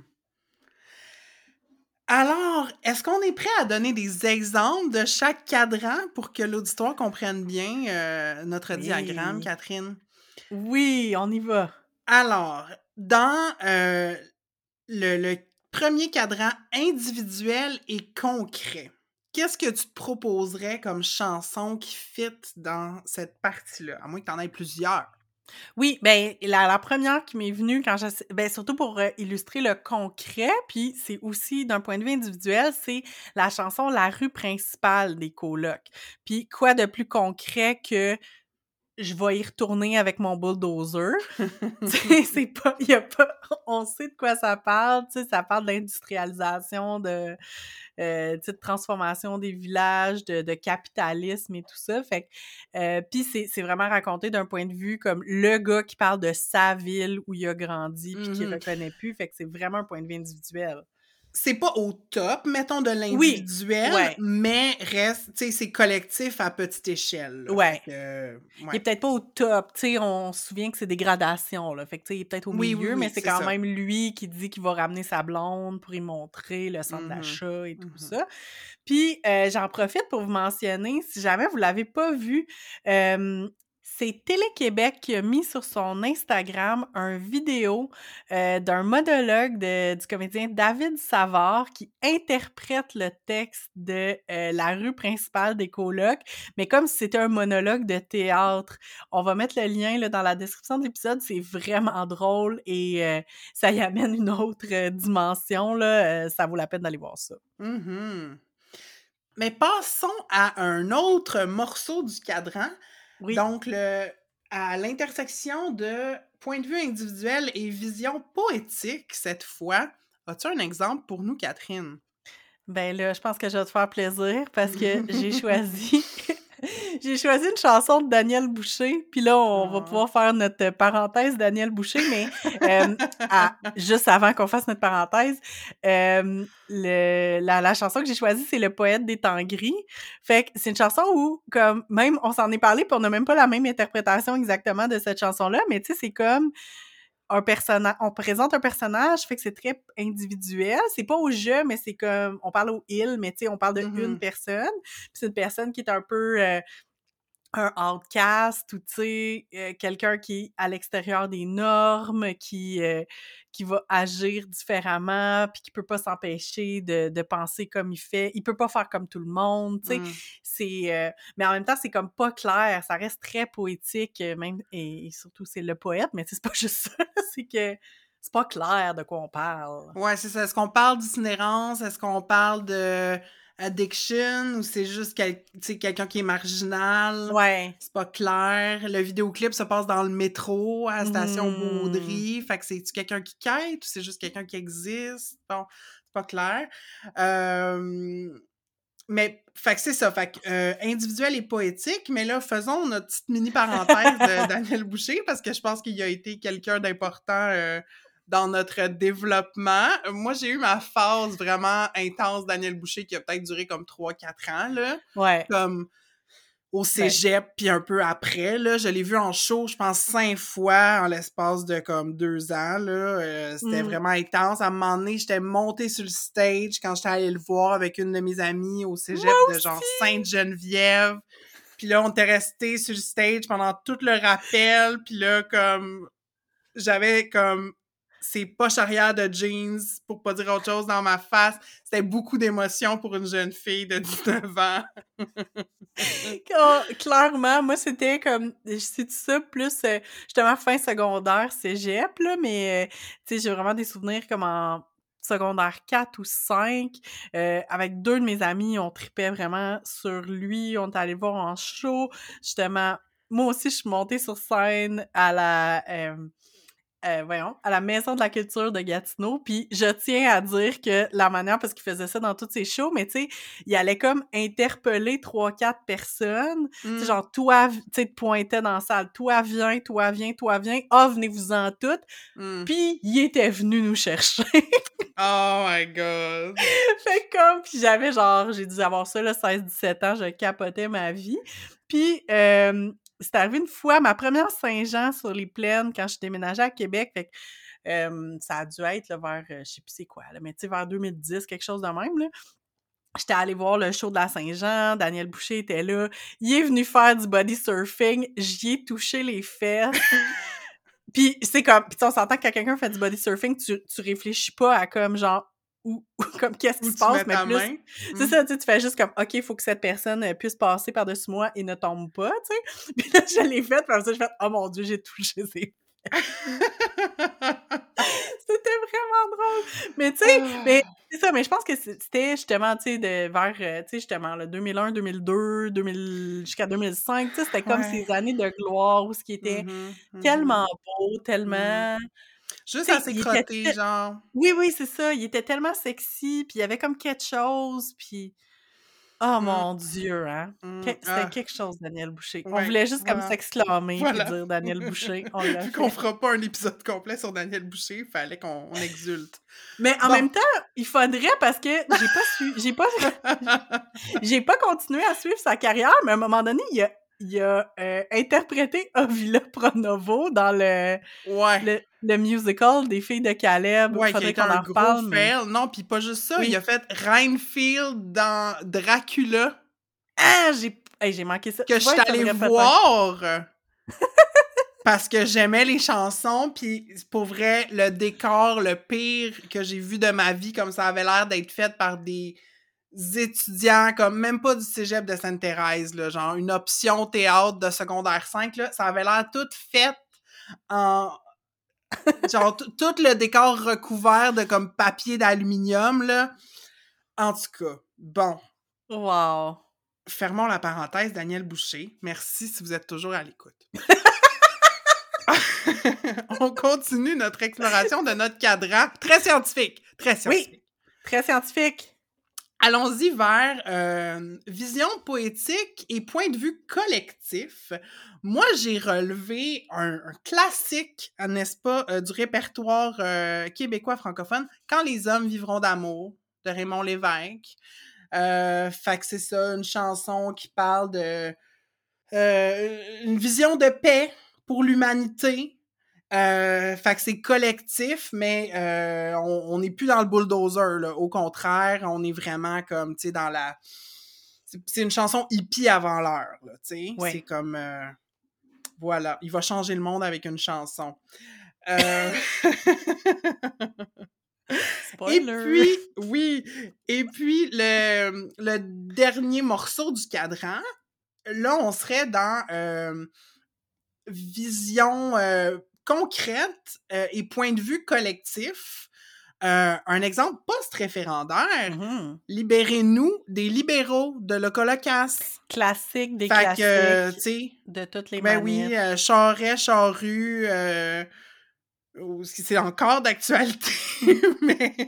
Alors, est-ce qu'on est prêt à donner des exemples de chaque cadran pour que l'auditoire comprenne bien euh, notre diagramme, Oui. Catherine? Oui, on y va. Alors, dans euh, le, le premier cadran individuel et concret, qu'est-ce que tu te proposerais comme chanson qui fit dans cette partie-là? À moins que tu en aies plusieurs. Oui, ben la, la première qui m'est venue quand je... Ben surtout pour euh, illustrer le concret, puis c'est aussi d'un point de vue individuel, c'est la chanson La rue principale des colocs. Puis quoi de plus concret que je vais y retourner avec mon bulldozer. Tu sais, c'est pas, il y a pas, on sait de quoi ça parle, tu sais, ça parle d'industrialisation, de, euh, tu sais, de transformation des villages, de, de capitalisme et tout ça. Fait que, euh, puis c'est, c'est vraiment raconté d'un point de vue comme le gars qui parle de sa ville où il a grandi puis qui Mhm. reconnaît plus. Fait que c'est vraiment un point de vue individuel. C'est pas au top, mettons, de Oui, l'individuel, ouais, mais reste, tu sais, c'est collectif à petite échelle. Là. ouais. Fait que, euh, Il ouais. est peut-être pas au top, tu sais, on se souvient que c'est des gradations, là. Fait que, tu sais, il est peut-être au Oui, oui, milieu, mais oui, c'est c'est quand ça. même lui qui dit qu'il va ramener sa blonde pour y montrer le centre Mhm. d'achat et tout Mhm. ça. Puis, euh, j'en profite pour vous mentionner, si jamais vous l'avez pas vu, euh, c'est Télé-Québec qui a mis sur son Instagram un vidéo euh, d'un monologue de, du comédien David Savard qui interprète le texte de euh, La rue principale des colocs, mais comme si c'était un monologue de théâtre. On va mettre le lien là, dans la description de l'épisode, c'est vraiment drôle et euh, ça y amène une autre euh, dimension, là. Euh, ça vaut la peine d'aller voir ça. Mhm. Mais passons à un autre morceau du cadran. Oui. Donc, le, à l'intersection de point de vue individuel et vision poétique, cette fois. As-tu un exemple pour nous, Catherine? Ben là, je pense que je vais te faire plaisir parce que j'ai choisi j'ai choisi une chanson de Daniel Boucher, puis là, on va Oh. pouvoir faire notre parenthèse Daniel Boucher, mais euh, à, juste avant qu'on fasse notre parenthèse, euh, le, la, la chanson que j'ai choisie, c'est Le poète des temps gris. Fait que c'est une chanson où, comme, même, on s'en est parlé, puis on n'a même pas la même interprétation exactement de cette chanson-là, mais tu sais, c'est comme un personnage, on présente un personnage, fait que c'est très individuel. C'est pas au jeu, mais c'est comme, on parle au il, mais tu sais, on parle de Mhm. une personne. Puis c'est une personne qui est un peu euh, un outcast ou tu sais, euh, quelqu'un qui est à l'extérieur des normes, qui euh, qui va agir différemment, puis qui peut pas s'empêcher de, de penser comme il fait. Il peut pas faire comme tout le monde, tu sais. Mm. C'est, euh, mais en même temps, c'est comme pas clair. Ça reste très poétique, euh, même et, et surtout c'est le poète, mais tu sais, c'est pas juste ça. C'est que c'est pas clair de quoi on parle. Ouais, c'est ça. Est-ce qu'on parle d'itinérance? Est-ce qu'on parle de addiction? Ou c'est juste quel- tu sais, quelqu'un qui est marginal? Ouais. C'est pas clair. Le vidéoclip se passe dans le métro, à la station Mhm. Baudry. Fait que c'est-tu quelqu'un qui quête ou c'est juste quelqu'un qui existe? Bon, c'est pas clair. Euh, Mais, fait que c'est ça. Fait que, euh, individuel et poétique. Mais là, faisons notre petite mini parenthèse de Daniel Boucher parce que je pense qu'il a été quelqu'un d'important euh, dans notre développement. Moi, j'ai eu ma phase vraiment intense Daniel Boucher qui a peut-être duré comme trois quatre ans, là. Ouais. Comme au Ben, cégep, puis un peu après, là. Je l'ai vu en show, je pense, cinq fois en l'espace de comme deux ans, là. Euh, c'était mm. vraiment intense. À un moment donné, j'étais montée sur le stage quand j'étais allée le voir avec une de mes amies au Moi cégep de genre aussi! Sainte-Geneviève. Puis là, on était restés sur le stage pendant tout le rappel. Puis là, comme, j'avais comme ces poches arrière de jeans, pour pas dire autre chose, dans ma face. C'était beaucoup d'émotions pour une jeune fille de dix-neuf ans. Oh, clairement, moi, c'était comme, c'est ça, plus euh, justement fin secondaire, cégep, là, mais euh, tu sais, j'ai vraiment des souvenirs comme en secondaire quatre ou cinq, euh, avec deux de mes amis, on tripait vraiment sur lui, on est allé le voir en show, justement. Moi aussi, je suis montée sur scène à la... euh, Euh, voyons, à la Maison de la culture de Gatineau, puis je tiens à dire que la manière, parce qu'il faisait ça dans tous ses shows, mais tu sais, il allait comme interpeller trois, quatre personnes, tu sais, Mm. genre, toi, tu sais, te pointait dans la salle, toi viens, toi viens, toi viens, ah, venez-vous-en toutes, Mm. puis il était venu nous chercher. Oh my god! Fait que comme, puis j'avais genre, j'ai dû avoir ça, là, seize dix-sept ans, je capotais ma vie. Puis, euh, c'est arrivé une fois, ma première Saint-Jean sur les plaines, quand je déménageais à Québec, fait que, hem, ça a dû être là, vers, heu, je sais plus c'est quoi, là, mais tu sais, vers deux mille dix, quelque chose de même, là. J'étais allée voir le show de la Saint-Jean, Daniel Boucher était là, il est venu faire du body surfing, j'y ai touché les fesses. Puis c'est comme, puis tu sais, on s'entend que quand quelqu'un fait du body surfing, tu, tu réfléchis pas à comme genre, ou, ou comme qu'est-ce qui Où se tu passe, mets mais ta plus, main. c'est Mm. ça, tu sais, tu fais juste comme, OK, il faut que cette personne euh, puisse passer par-dessus moi et ne tombe pas, tu sais. Puis là, je l'ai fait, puis après ça, j'ai fait, oh mon Dieu, j'ai touché ses... C'était vraiment drôle. Mais tu sais, mais Ah, c'est ça, mais je pense que c'est- c'était justement, tu sais, de vers, euh, tu sais, justement, là, deux mille un, deux mille deux, deux mille, jusqu'à deux mille cinq, tu sais, c'était comme ces ouais. années de gloire où ce qui était Mhm, mhm, tellement beau, mm. tellement... Juste Tu sais, assez il était crotté, te genre. oui, oui, c'est ça, il était tellement sexy, puis il y avait comme quelque chose, puis oh Mm, mon Dieu, hein! Que mm, c'était ah, quelque chose, Daniel Boucher. On ouais, voulait juste comme voilà. s'exclamer puis Voilà. dire Daniel Boucher, on l'a Vu qu'on fait. fera pas un épisode complet sur Daniel Boucher, il fallait qu'on on exulte. Mais en Bon. même temps, il faudrait parce que j'ai pas su j'ai pas j'ai pas continué à suivre sa carrière, mais à un moment donné, il a il a, heu, interprété Ovila Pronovo dans le Ouais. le le musical des Filles de Caleb. Ouais, qui a Faudrait été qu'on un en gros reparle, mais fail. Non, puis pas juste ça, il a oui. fait Renfield dans Dracula, Ah! J'ai hey, j'ai manqué ça. que Tu je suis vois, il allée faudrait peut-être. voir parce que j'aimais les chansons, puis pour vrai, le décor, le pire que j'ai vu de ma vie, comme ça avait l'air d'être fait par des étudiants, comme même pas du cégep de Sainte-Thérèse, là, genre une option théâtre de secondaire cinq, là, ça avait l'air tout fait en... genre tout tout le décor recouvert de comme papier d'aluminium, là. En tout cas, bon, Wow! fermons la parenthèse, Daniel Boucher. Merci si vous êtes toujours à l'écoute. On continue notre exploration de notre cadran. Très scientifique, très Oui! scientifique. Très scientifique. Allons-y vers euh, vision poétique et point de vue collectif. Moi, j'ai relevé un, un classique, n'est-ce pas, euh, du répertoire euh, québécois francophone, Quand les hommes vivront d'amour, de Raymond Lévesque. Euh, fait que c'est ça, une chanson qui parle de euh, une vision de paix pour l'humanité. Euh, fait que c'est collectif, mais euh, on n'est plus dans le bulldozer, là. Au contraire, on est vraiment comme, tu sais, dans la... C'est, c'est une chanson hippie avant l'heure, là, tu sais. C'est Oui. comme... euh, voilà, il va changer le monde avec une chanson. Euh... Et Spoiler! puis, oui, et puis le, le dernier morceau du cadran, là, on serait dans euh, vision euh, concrète euh, et point de vue collectif. Euh, un exemple post-référendaire, Mhm. libérez-nous des libéraux de Locolocasse. Classique des Fait que, euh, tu classiques sais, de toutes les ben oui, manifs. euh, Charest, Charrue, euh, ou si c'est encore d'actualité, mais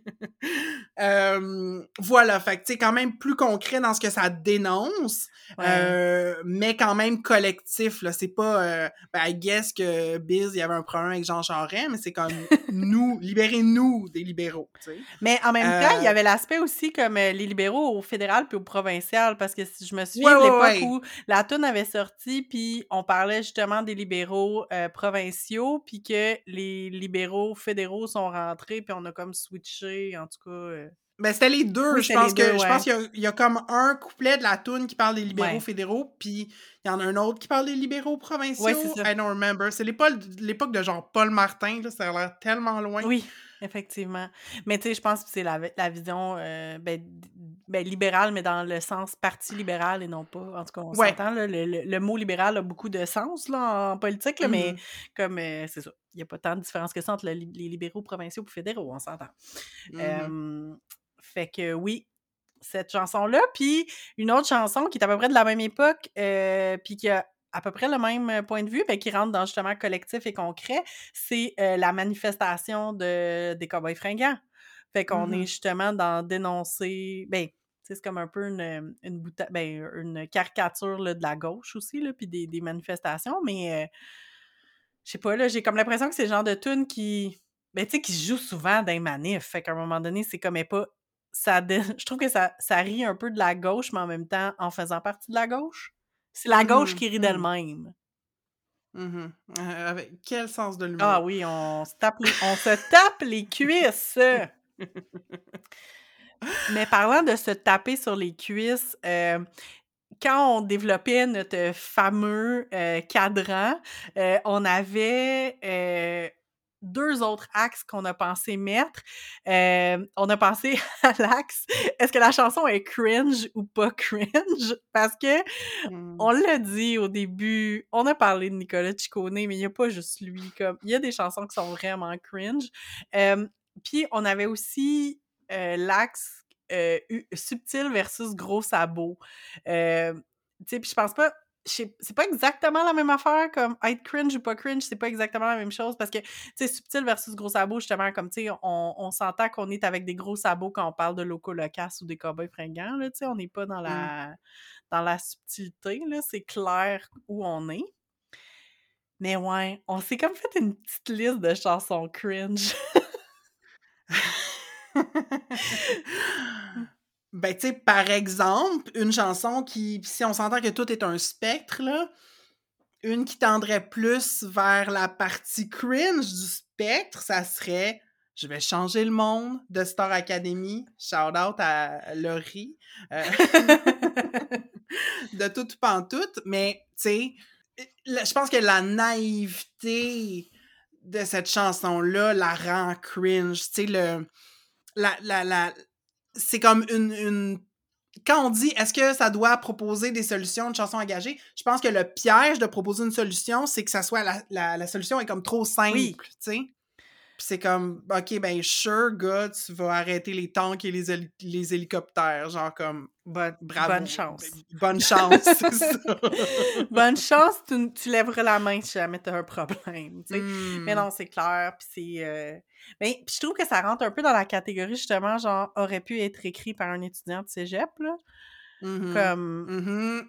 euh, voilà, fait que tu sais, quand même plus concret dans ce que ça dénonce, Ouais. euh, mais quand même collectif, là, c'est pas, euh, ben, I guess que Biz, il y avait un problème avec Jean Charest, mais c'est comme, nous, libérez-nous des libéraux, tu sais. Mais en même temps, il y Euh, avait l'aspect aussi comme euh, les libéraux au fédéral puis au provincial, parce que si je me ouais, souviens de ouais, l'époque ouais. où la toune avait sorti, puis on parlait justement des libéraux euh, provinciaux, puis que les libéraux fédéraux sont rentrés, puis on a comme switché, en tout cas. euh. Ben, c'était les deux. Oui, Je c'était les pense deux, que je pense ouais. qu'il y a, il y a comme un couplet de la toune qui parle des libéraux Ouais. fédéraux, puis il y en a un autre qui parle des libéraux Ouais, provinciaux. c'est ça. I don't remember. C'est l'époque, l'époque de genre Paul Martin, là, ça a l'air tellement loin. Oui, effectivement. Mais tu sais, je pense que c'est la, la vision euh, ben, d- ben, libérale, mais dans le sens parti libéral et non pas. En tout cas, on Ouais. s'entend, là, le, le- le mot libéral a beaucoup de sens là, en politique, là, mais Mhm. comme euh, c'est ça. Il n'y a pas tant de différence que ça entre le li- les libéraux provinciaux et fédéraux, on s'entend. Mhm. Euh, fait que oui, cette chanson-là. Puis une autre chanson qui est à peu près de la même époque, euh, puis qui a à peu près le même point de vue, ben, qui rentre dans justement collectif et concret, c'est euh, la manifestation de, des Cowboys fringants. Fait qu'on est Mhm. justement dans dénoncer, ben, tu sais, c'est comme un peu une, une, bouta- ben, une caricature là, de la gauche aussi, là, puis des, des manifestations, mais euh, je sais pas, là, j'ai comme l'impression que c'est le genre de tune qui, ben, tu sais, qui se joue souvent dans les manifs. Fait qu'à un moment donné, c'est comme, elle est pas, ça, dé- je trouve que ça, ça rit un peu de la gauche, mais en même temps, en faisant partie de la gauche. C'est la gauche Mmh qui rit mh. Mmh. d'elle-même. Mmh mh. Heu, avec quel sens de Ah l'humour! oui, on se tape les on se tape les cuisses! Mais parlant de se taper sur les cuisses, hem, quand on développait notre fameux, heu, cadran, heu, on avait, heu, deux autres axes qu'on a pensé mettre. Hem, on a pensé à l'axe: «Est-ce que la chanson est cringe ou pas cringe?» Parce que Mmh. on l'a dit au début, on a parlé de Nicolas Ciccone, mais il y a pas juste lui, comme il y a des chansons qui sont vraiment cringe. Hem, puis on avait aussi, heu, l'axe, heu, u subtil versus gros sabots. Hem, tu sais, puis je pense pas je sais c'est pas exactement la même affaire comme être cringe ou pas cringe, c'est pas exactement la même chose parce que, tu sais, subtil versus gros sabots, justement, comme, tu sais, on on s'entend qu'on est avec des gros sabots quand on parle de Loco Locass ou des Cowboys Fringants, là, tu sais, on n'est pas dans Mmh. la dans la subtilité, là, c'est clair où on est. Mais ouais, on s'est comme fait une petite liste de chansons cringe. Mmh. Ben, tu sais, par exemple, une chanson qui si on s'entend que tout est un spectre, là, une qui tendrait plus vers la partie cringe du spectre, ça serait «Je vais changer le monde» de Star Academy. Shout out à Laurie, heu, de Tout Pantoute, mais tu sais, l je pense que la naïveté de cette chanson-là la rend cringe. Tu sais, le la la la c'est comme une une quand on dit: «Est-ce que ça doit proposer des solutions, une chanson engagée?» Je pense que le piège de proposer une solution, c'est que ça soit la la la solution est comme trop Oui. simple, tu sais? Puis c'est comme: «OK, ben sure, gars, tu vas arrêter les tanks et les héli les hélicoptères», genre comme Bonne bonne bravo, b chance. bonne chance, c'est ça. Bonne chance, tu n tu lèveras la main si jamais tu as un problème, tu sais? Mais Mmh. non, c'est clair, puis c'est, heu ben, puis je trouve que ça rentre un peu dans la catégorie, justement, genre, aurait pu être écrit par un étudiant de cégep, là. Mmh mh. Comme, Mmh mh.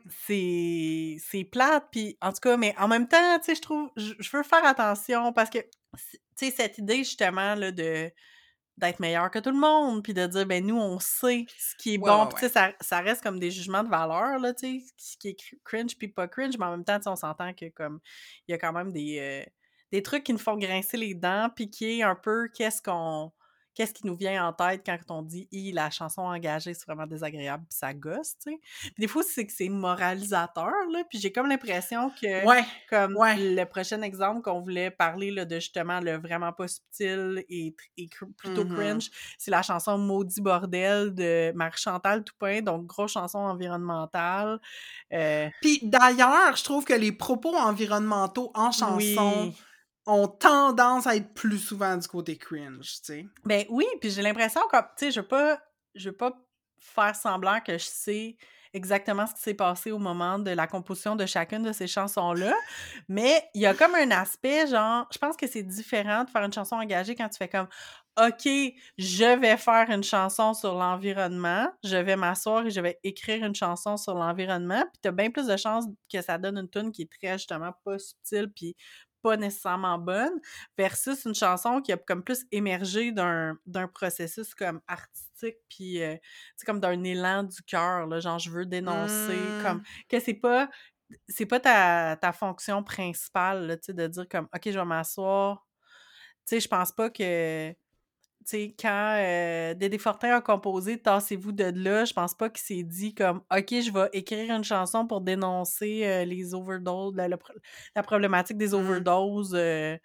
c'est c'est plate, puis en tout cas, mais en même temps, tu sais, je trouve je je veux faire attention parce que, c tu sais, cette idée, justement, là, de d'être meilleur que tout le monde, puis de dire: «Ben, nous, on sait ce qui est Ouais, bon», ouais, puis tu sais, ouais. ça ça reste comme des jugements de valeur, là, tu sais, ce qui est cr cringe puis pas cringe, mais en même temps, tu sais, on s'entend que, comme, il y a quand même des, heu, des trucs qui nous font grincer les dents, puis qui est un peu qu'est-ce qu'on qu'est-ce qui nous vient en tête quand on dit: «Hi, la chanson engagée, c'est vraiment désagréable, puis ça gosse», tu sais? Puis des fois, c'est que c'est moralisateur, là, puis j'ai comme l'impression que, Ouais, comme ouais. le prochain exemple qu'on voulait parler, là, de justement le vraiment pas subtil et tr et cr plutôt Mmh mh. cringe, c'est la chanson «Maudit bordel» de Marie-Chantal Toupin, donc grosse chanson environnementale, heu Puis d'ailleurs, je trouve que les propos environnementaux en chanson Oui. ont tendance à être plus souvent du côté cringe, tu sais? Ben oui, puis j'ai l'impression comme tu sais, je veux pas je veux pas faire semblant que je sais exactement ce qui s'est passé au moment de la composition de chacune de ces chansons-là, mais il y a comme un aspect genre je pense que c'est différent de faire une chanson engagée quand tu fais comme: «OK, je vais faire une chanson sur l'environnement, je vais m'asseoir et je vais écrire une chanson sur l'environnement», puis tu as bien plus de chances que ça donne une tune qui est très, justement, pas subtile puis pas nécessairement bonne, versus une chanson qui a comme plus émergé d'un d'un processus comme artistique puis, heu, tu sais, comme d'un élan du cœur, là, genre je veux dénoncer, comme Mmh. que c'est pas c'est pas ta ta fonction principale, là, tu sais, de dire comme: «OK, je vais m'asseoir». Tu sais, je pense pas que tu sais, quand, heu, Dédé Fortin a composé «Tassez-vous de là», je pense pas qu'il s'est dit comme: «OK, je vais écrire une chanson pour dénoncer, heu, les overdoses, la le pro la problématique des Mmh. overdoses, heu,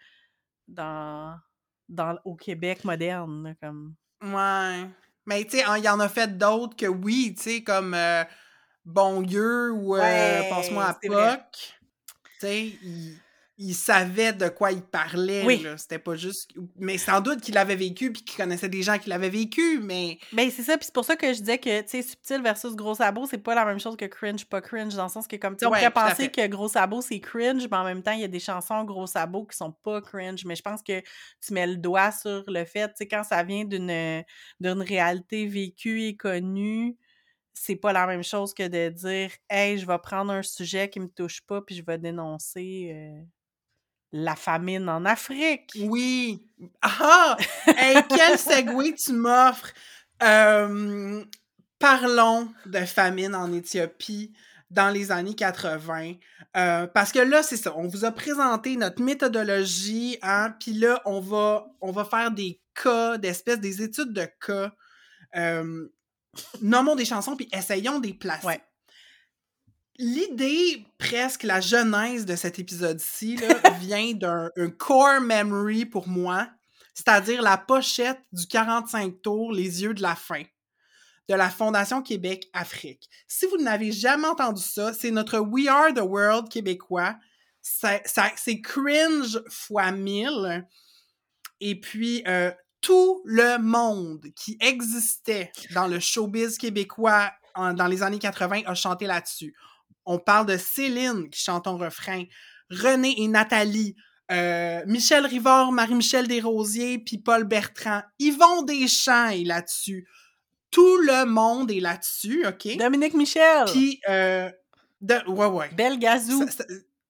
dans dans au Québec moderne», là, comme Mouais. Mais tu sais, hein, il en a fait d'autres que oui, tu sais, comme, heu, «Bon Dieu» ou, heu, «Passe-moi Ouais, à c'est vrai. P.O.C». Tu sais, il il savait de quoi il parlait, Oui. là. C'était pas juste mais sans doute qu'il l'avait vécu puis qu'il connaissait des gens qui l'avaient vécu, mais Ben, c'est ça, puis c'est pour ça que je disais que, tu sais, subtil versus gros sabots, c'est pas la même chose que cringe, pas cringe, dans le sens que, comme, tu sais, on pourrait Ouais, tout à penser fait. que gros sabots, c'est cringe, mais en même temps, il y a des chansons gros sabots qui sont pas cringe, mais je pense que tu mets le doigt sur le fait, tu sais, quand ça vient d'une, heu, d'une réalité vécue et connue, c'est pas la même chose que de dire: «Hey, je vais prendre un sujet qui me touche pas puis je vais dénoncer, heu, la famine en Afrique». Oui! Ah! Hey, quel segue tu m'offres! Hem, parlons de famine en Éthiopie dans les années quatre-vingt. Euh, parce que là, c'est ça, on vous a présenté notre méthodologie, hein, puis là, on va, on va faire des cas, d'espèces, des études de cas. Euh, nommons des chansons, puis essayons de les placer. Ouais. L'idée, presque la genèse de cet épisode-ci, là, vient d'un un core memory pour moi, c'est-à-dire la pochette du quarante-cinq tours Les yeux de la fin de la Fondation Québec Afrique. Si vous n'avez jamais entendu ça, c'est notre We Are the World québécois. Ça, ça, c'est cringe fois mille. Et puis, euh, tout le monde qui existait dans le showbiz québécois en, dans les années quatre-vingt a chanté là-dessus. On parle de Céline qui chante en refrain, René et Nathalie, euh, Michel Rivard, Marie-Michel Desrosiers, puis Paul Bertrand. Yvon Deschamps est là-dessus. Tout le monde est là-dessus, OK? Dominique Michel! Puis, euh, de, ouais, ouais. Belle Gazou! Ça, ça...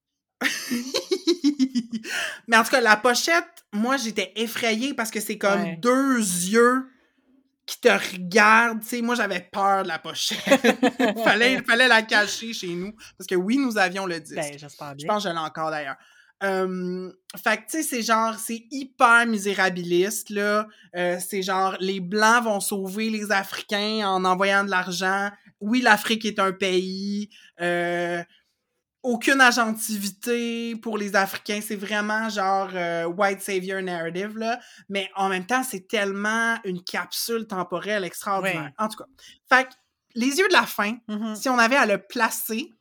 Mais en tout cas, la pochette, moi, j'étais effrayée parce que c'est comme ouais. deux yeux qui te regardent. Tu sais, moi, j'avais peur de la pochette. fallait, fallait la cacher chez nous. Parce que oui, nous avions le disque. Ben, j'espère bien. Je pense que je l'ai encore, d'ailleurs. Euh, fait que, tu sais, c'est genre, c'est hyper misérabiliste, là. Euh, c'est genre, les Blancs vont sauver les Africains en envoyant de l'argent. Oui, l'Afrique est un pays. Euh, aucune agentivité pour les Africains. C'est vraiment genre euh, white savior narrative, là. Mais en même temps, c'est tellement une capsule temporelle extraordinaire. Oui. En tout cas. Fait que, les yeux de la fin, mm-hmm. si on avait à le placer,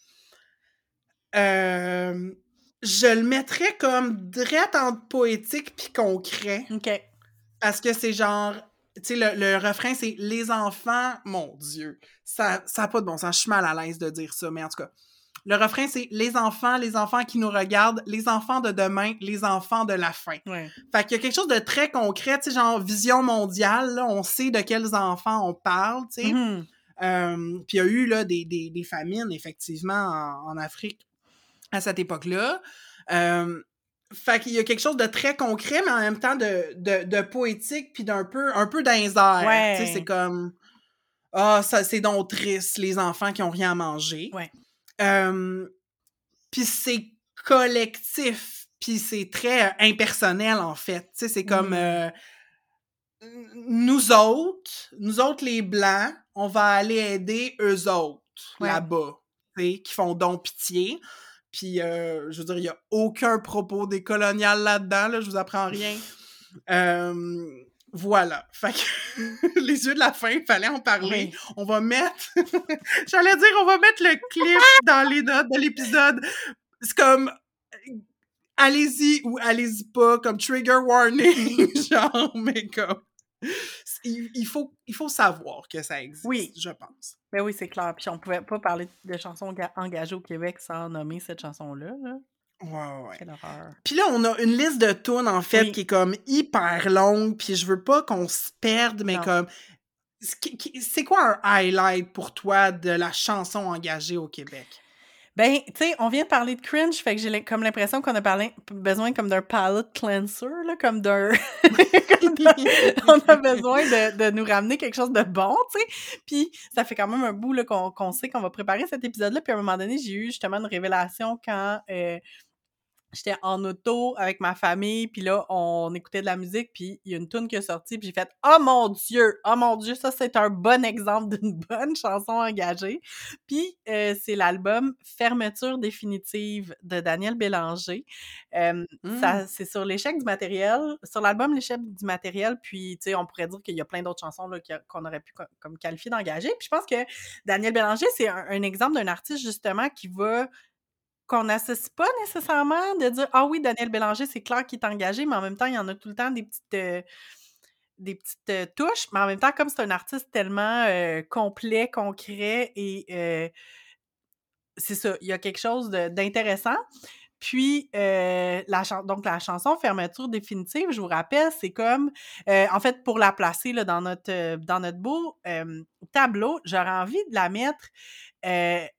euh, je le mettrais comme drette entre poétique puis concret. OK. Parce que c'est genre... Tu sais, le, le refrain, c'est « Les enfants... » Mon Dieu! Ça n'a pas de bon sens. Je suis mal à l'aise de dire ça, mais en tout cas. Le refrain, c'est « Les enfants, les enfants qui nous regardent, les enfants de demain, les enfants de la fin. Ouais. » Fait qu'il y a quelque chose de très concret, tu sais, genre vision mondiale, là, on sait de quels enfants on parle, tu sais. Mm-hmm. Euh, puis il y a eu là, des, des, des famines, effectivement, en, en Afrique à cette époque-là. Euh, fait qu'il y a quelque chose de très concret, mais en même temps de, de, de poétique, puis d'un peu, un peu d'insert. Ouais. Tu sais, c'est comme... Ah, ça, c'est donc triste, les enfants qui ont rien à manger. Ouais. Euh, puis c'est collectif, puis c'est très euh, impersonnel, en fait. Tu sais, c'est comme... Mm. Euh, nous autres, nous autres, les Blancs, on va aller aider eux autres, ouais. là-bas, tu sais, qui font donc pitié. Puis, euh, je veux dire, il n'y a aucun propos décolonial là-dedans, là, je vous apprends rien. euh, voilà. Fait que les yeux de la fin, il fallait en parler. Oui. On va mettre... J'allais dire, on va mettre le clip dans les notes de l'épisode. C'est comme... Allez-y ou allez-y pas, comme trigger warning, genre, mais comme... Il, il, faut, il faut savoir que ça existe, oui. je pense. Ben oui, c'est clair. Puis on pouvait pas parler de chansons engagées au Québec sans nommer cette chanson-là. Là. Ouais, ouais. Quelle horreur. Puis là, on a une liste de tunes, en fait, oui. qui est comme hyper longue, puis je veux pas qu'on se perde, mais non. comme... C'est quoi un highlight pour toi de la chanson engagée au Québec? Ben, tu sais, on vient de parler de cringe, fait que j'ai comme l'impression qu'on a parlé, besoin comme d'un palate cleanser, là, comme d'un... on a besoin de, de nous ramener quelque chose de bon, tu sais. Puis ça fait quand même un bout là, qu'on, qu'on sait qu'on va préparer cet épisode-là. Puis à un moment donné, j'ai eu justement une révélation quand... Euh, j'étais en auto avec ma famille, puis là, on écoutait de la musique, puis il y a une toune qui est sortie, puis j'ai fait « Oh mon Dieu! Oh mon Dieu! Ça, c'est un bon exemple d'une bonne chanson engagée. » Puis, euh, c'est l'album « Fermeture définitive » de Daniel Bélanger. Euh, mm. ça, c'est sur l'échec du matériel, sur l'album L'échec du matériel, puis, tu sais, on pourrait dire qu'il y a plein d'autres chansons là, qu'on aurait pu comme qualifier d'engagées. Puis je pense que Daniel Bélanger, c'est un, un exemple d'un artiste, justement, qui va... qu'on n'associe pas nécessairement de dire « Ah oui, Daniel Bélanger, c'est clair qu'il est engagé », mais en même temps, il y en a tout le temps des petites, euh, des petites euh, touches, mais en même temps, comme c'est un artiste tellement euh, complet, concret, et euh, c'est ça, il y a quelque chose de, d'intéressant. Puis, euh, la ch- donc la chanson « Fermeture définitive », je vous rappelle, c'est comme, euh, en fait, pour la placer là, dans notre, euh, dans notre beau euh, tableau, j'aurais envie de la mettre... Euh,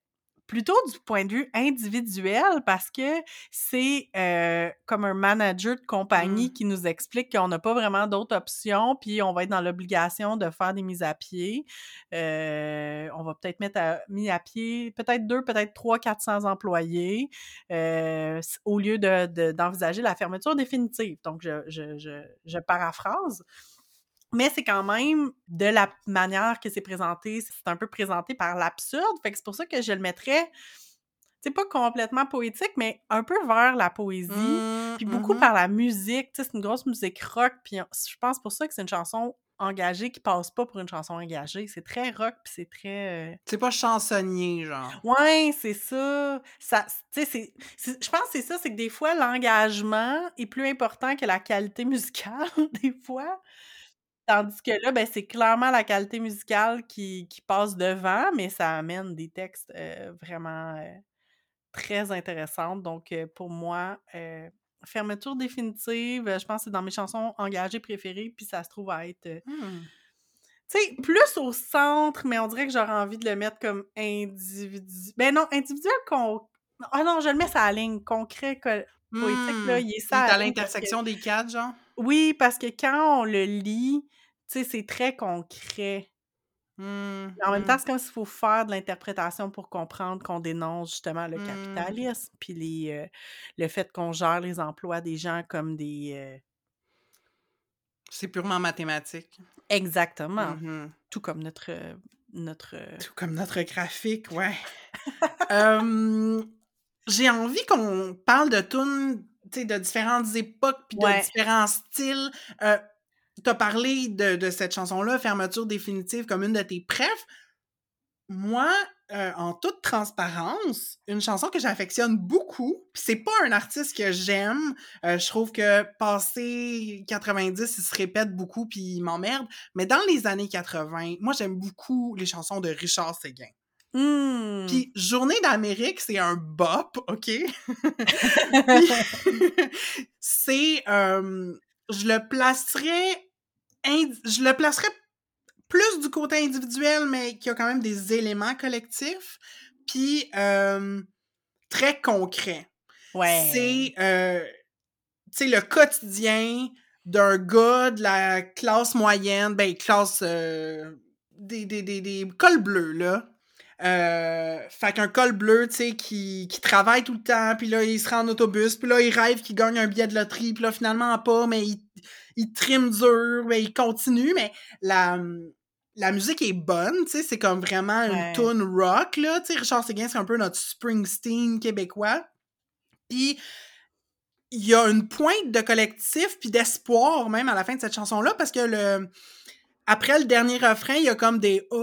plutôt du point de vue individuel parce que c'est euh, comme un manager de compagnie Mm. qui nous explique qu'on n'a pas vraiment d'autres options, puis on va être dans l'obligation de faire des mises à pied. Euh, on va peut-être mettre à, mis à pied peut-être deux, peut-être trois, quatre cents employés euh, au lieu de, de, d'envisager la fermeture définitive. Donc, je, je, je, je paraphrase. Mais c'est quand même, de la manière que c'est présenté, c'est un peu présenté par l'absurde. Fait que c'est pour ça que je le mettrais, c'est pas complètement poétique, mais un peu vers la poésie, Mm, puis beaucoup mhm. par la musique. Tu sais, c'est une grosse musique rock, puis je pense pour ça que c'est une chanson engagée qui passe pas pour une chanson engagée. C'est très rock, puis c'est très... euh, C'est pas chansonnier, genre. Ouais, c'est ça. Ça, tu sais, c'est, c'est- je pense que c'est ça, c'est que des fois, l'engagement est plus important que la qualité musicale, des fois. Tandis que là, ben, c'est clairement la qualité musicale qui, qui passe devant, mais ça amène des textes euh, vraiment euh, très intéressants. Donc, euh, pour moi, euh, fermeture définitive, euh, je pense que c'est dans mes chansons engagées préférées, puis ça se trouve à être, euh, Mm. tu sais, plus au centre, mais on dirait que j'aurais envie de le mettre comme individu... Ben non, individuel, con... Ah non, je le mets sur la ligne. Concret, co- poétique, là, Mm. il est Il ça est la à ligne parce que... l'intersection des quatre, genre? Oui, parce que quand on le lit, tu sais, c'est très concret. Mm, En même temps, mm, c'est comme s'il faut faire de l'interprétation pour comprendre qu'on dénonce justement le mm. capitalisme, puis les, euh, le fait qu'on gère les emplois des gens comme des... euh, C'est purement mathématique. Exactement. Mhm. Tout comme notre... euh, notre... euh, Tout comme notre graphique, ouais. Euh, j'ai envie qu'on parle de tunes, tu sais, de différentes époques puis de Ouais. différents styles. Euh, t'as parlé de, de cette chanson-là, Fermeture définitive, comme une de tes préfs. Moi, euh, en toute transparence, une chanson que j'affectionne beaucoup, puis c'est pas un artiste que j'aime, euh, je trouve que passé quatre-vingt-dix, il se répète beaucoup puis il m'emmerde, mais dans les années quatre-vingts, moi j'aime beaucoup les chansons de Richard Séguin. Hmm. Puis Journée d'Amérique, c'est un bop, OK? Puis c'est... euh, je le placerais... indi- je le placerais plus du côté individuel, mais qui a quand même des éléments collectifs, puis euh, très concret. Ouais. C'est, euh, tu sais, le quotidien d'un gars de la classe moyenne, ben, classe euh, des, des, des, des cols bleus, là. Euh, fait qu'un col bleu, tu sais, qui, qui travaille tout le temps, puis là, il se rend en autobus, puis là, il rêve qu'il gagne un billet de loterie, puis là, finalement, pas, mais il, il trime dur, mais il continue, mais la, la musique est bonne, tu sais, c'est comme vraiment une Ouais. tune rock, là, tu sais, Richard Séguin, c'est un peu notre Springsteen québécois, puis il y a une pointe de collectif puis d'espoir même à la fin de cette chanson-là, parce que le après le dernier refrain, il y a comme des « oh »,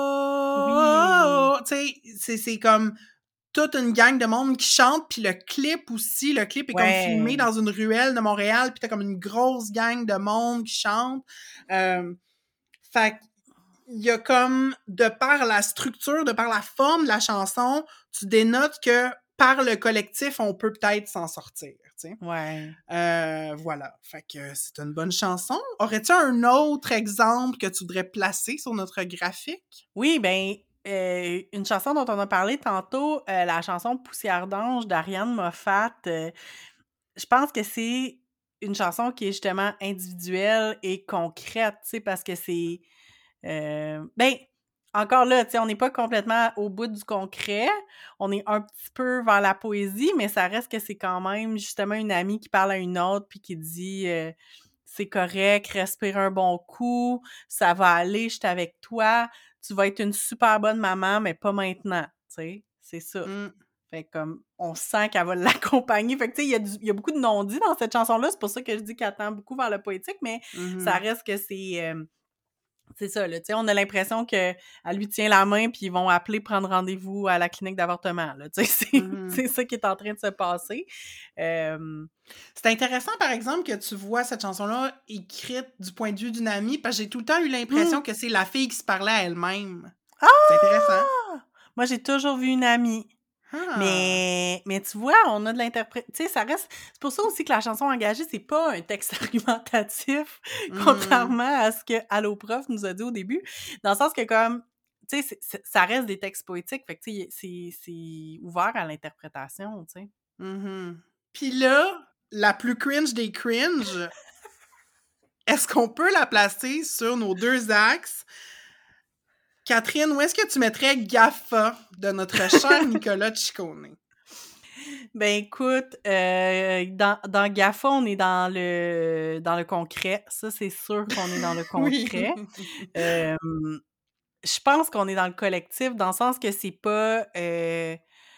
Oui. tu sais, c'est, c'est comme toute une gang de monde qui chante, puis le clip aussi, le clip est comme filmé Ouais. dans une ruelle de Montréal, puis t'as comme une grosse gang de monde qui chante. Euh, fait il y a comme, de par la structure, de par la forme de la chanson, tu dénotes que par le collectif, on peut peut-être s'en sortir, tu sais. Ouais. Euh, voilà. Fait que c'est une bonne chanson. Aurais-tu un autre exemple que tu voudrais placer sur notre graphique? Oui, ben, euh, une chanson dont on a parlé tantôt, euh, la chanson Poussière d'ange d'Ariane Moffat, euh, je pense que c'est une chanson qui est justement individuelle et concrète, tu sais, parce que c'est... euh, ben, encore là, tu sais, on n'est pas complètement au bout du concret, on est un petit peu vers la poésie, mais ça reste que c'est quand même justement une amie qui parle à une autre puis qui dit euh, c'est correct, respire un bon coup, ça va aller, je suis avec toi, tu vas être une super bonne maman, mais pas maintenant, tu sais, c'est ça. Mm. Fait que comme, on sent qu'elle va l'accompagner. Fait que, tu sais, il y a du- il y a beaucoup de non-dits dans cette chanson-là. C'est pour ça que je dis qu'elle tend beaucoup vers le poétique, mais ça Mhm. reste que c'est... euh, c'est ça, là. Tu sais, on a l'impression qu'elle lui tient la main puis ils vont appeler prendre rendez-vous à la clinique d'avortement, là. Tu sais, c'est Mhm. c'est ça qui est en train de se passer. Euh, C'est intéressant, par exemple, que tu vois cette chanson-là écrite du point de vue d'une amie, parce que j'ai tout le temps eu l'impression hum! que c'est la fille qui se parlait à elle-même. C'est intéressant. Ah! Moi, j'ai toujours vu une amie. Ah! Mais, mais tu vois, on a de l'interprétation. Tu sais, ça reste. C'est pour ça aussi que la chanson engagée, c'est pas un texte argumentatif, Mm. contrairement à ce que Allo Prof nous a dit au début. Dans le sens que, comme, tu sais, c'est c'est ça reste des textes poétiques, fait que tu sais, c'est c'est ouvert à l'interprétation, tu sais. Mmh. Puis là, la plus cringe des cringes, est-ce qu'on peut la placer sur nos deux axes? Catherine, où est-ce que tu mettrais GAFA de notre cher Nicolas Ciccone? Ben écoute, heu, dans dans GAFA, on est dans le dans le concret. Ça, c'est sûr qu'on est dans le Oui. concret. Hem, je pense qu'on est dans le collectif, dans le sens que c'est pas, heu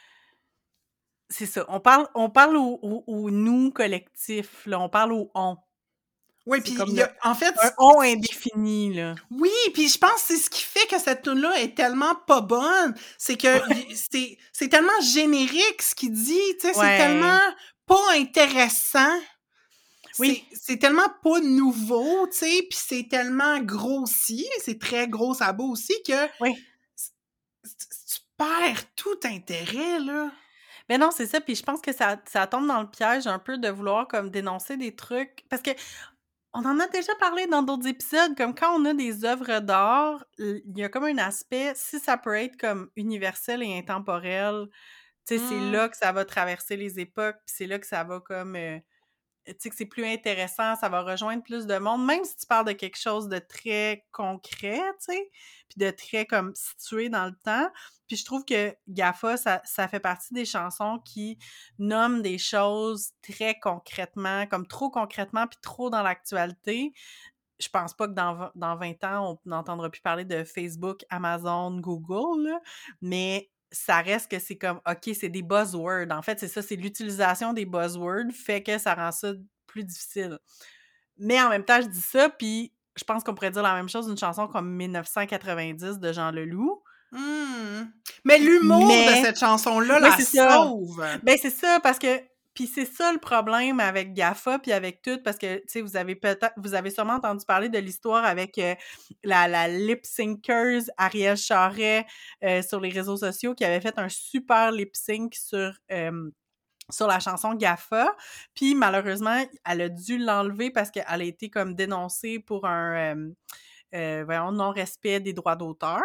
c'est ça, on parle on parle au au au nous collectif, là, on parle au «on». Oui, C'est puis il comme y le a en fait, un c «on» c indéfini, là. oui, puis je pense que c'est ce qui fait que cette tune-là est tellement pas bonne, c'est que y c'est c'est tellement générique ce qu'il dit, tu sais, c'est tellement Ouais. pas intéressant. Oui, C'est c'est tellement pas nouveau, tu sais, puis c'est tellement grossi, c'est très gros sabot aussi que oui. c c tu perds tout intérêt, là. Mais non, c'est ça, puis je pense que ça ça tombe dans le piège un peu de vouloir comme dénoncer des trucs parce que on en a déjà parlé dans d'autres épisodes, comme quand on a des œuvres d'art, l il y a comme un aspect, si ça peut être comme universel et intemporel, tu sais, c'est Mmh. là que ça va traverser les époques, puis c'est là que ça va comme, heu tu sais, que c'est plus intéressant, ça va rejoindre plus de monde, même si tu parles de quelque chose de très concret, tu sais, puis de très comme situé dans le temps. Puis je trouve que GAFA, ça, ça fait partie des chansons qui nomment des choses très concrètement, comme trop concrètement, puis trop dans l'actualité. Je pense pas que dans, v- dans vingt ans, on n'entendra plus parler de Facebook, Amazon, Google, là, mais ça reste que c'est comme, OK, c'est des buzzwords. En fait, c'est ça, c'est l'utilisation des buzzwords fait que ça rend ça plus difficile. Mais en même temps, je dis ça, puis je pense qu'on pourrait dire la même chose d'une chanson comme mille neuf cent quatre-vingt-dix de Jean Leloup. Mmh. Mais l'humour de Mais, cette chanson-là oui, la c'est ça. sauve. Ben, c'est ça, parce que puis c'est ça le problème avec GAFA puis avec tout, parce que, tu sais, vous avez peut-être vous avez sûrement entendu parler de l'histoire avec, heu, la la lip syncers Ariel Charret, heu, sur les réseaux sociaux qui avait fait un super lip sync sur, hem, sur la chanson GAFA. Puis malheureusement, elle a dû l'enlever parce qu'elle a été comme dénoncée pour un, hem, heu, voyons, non-respect des droits d'auteur.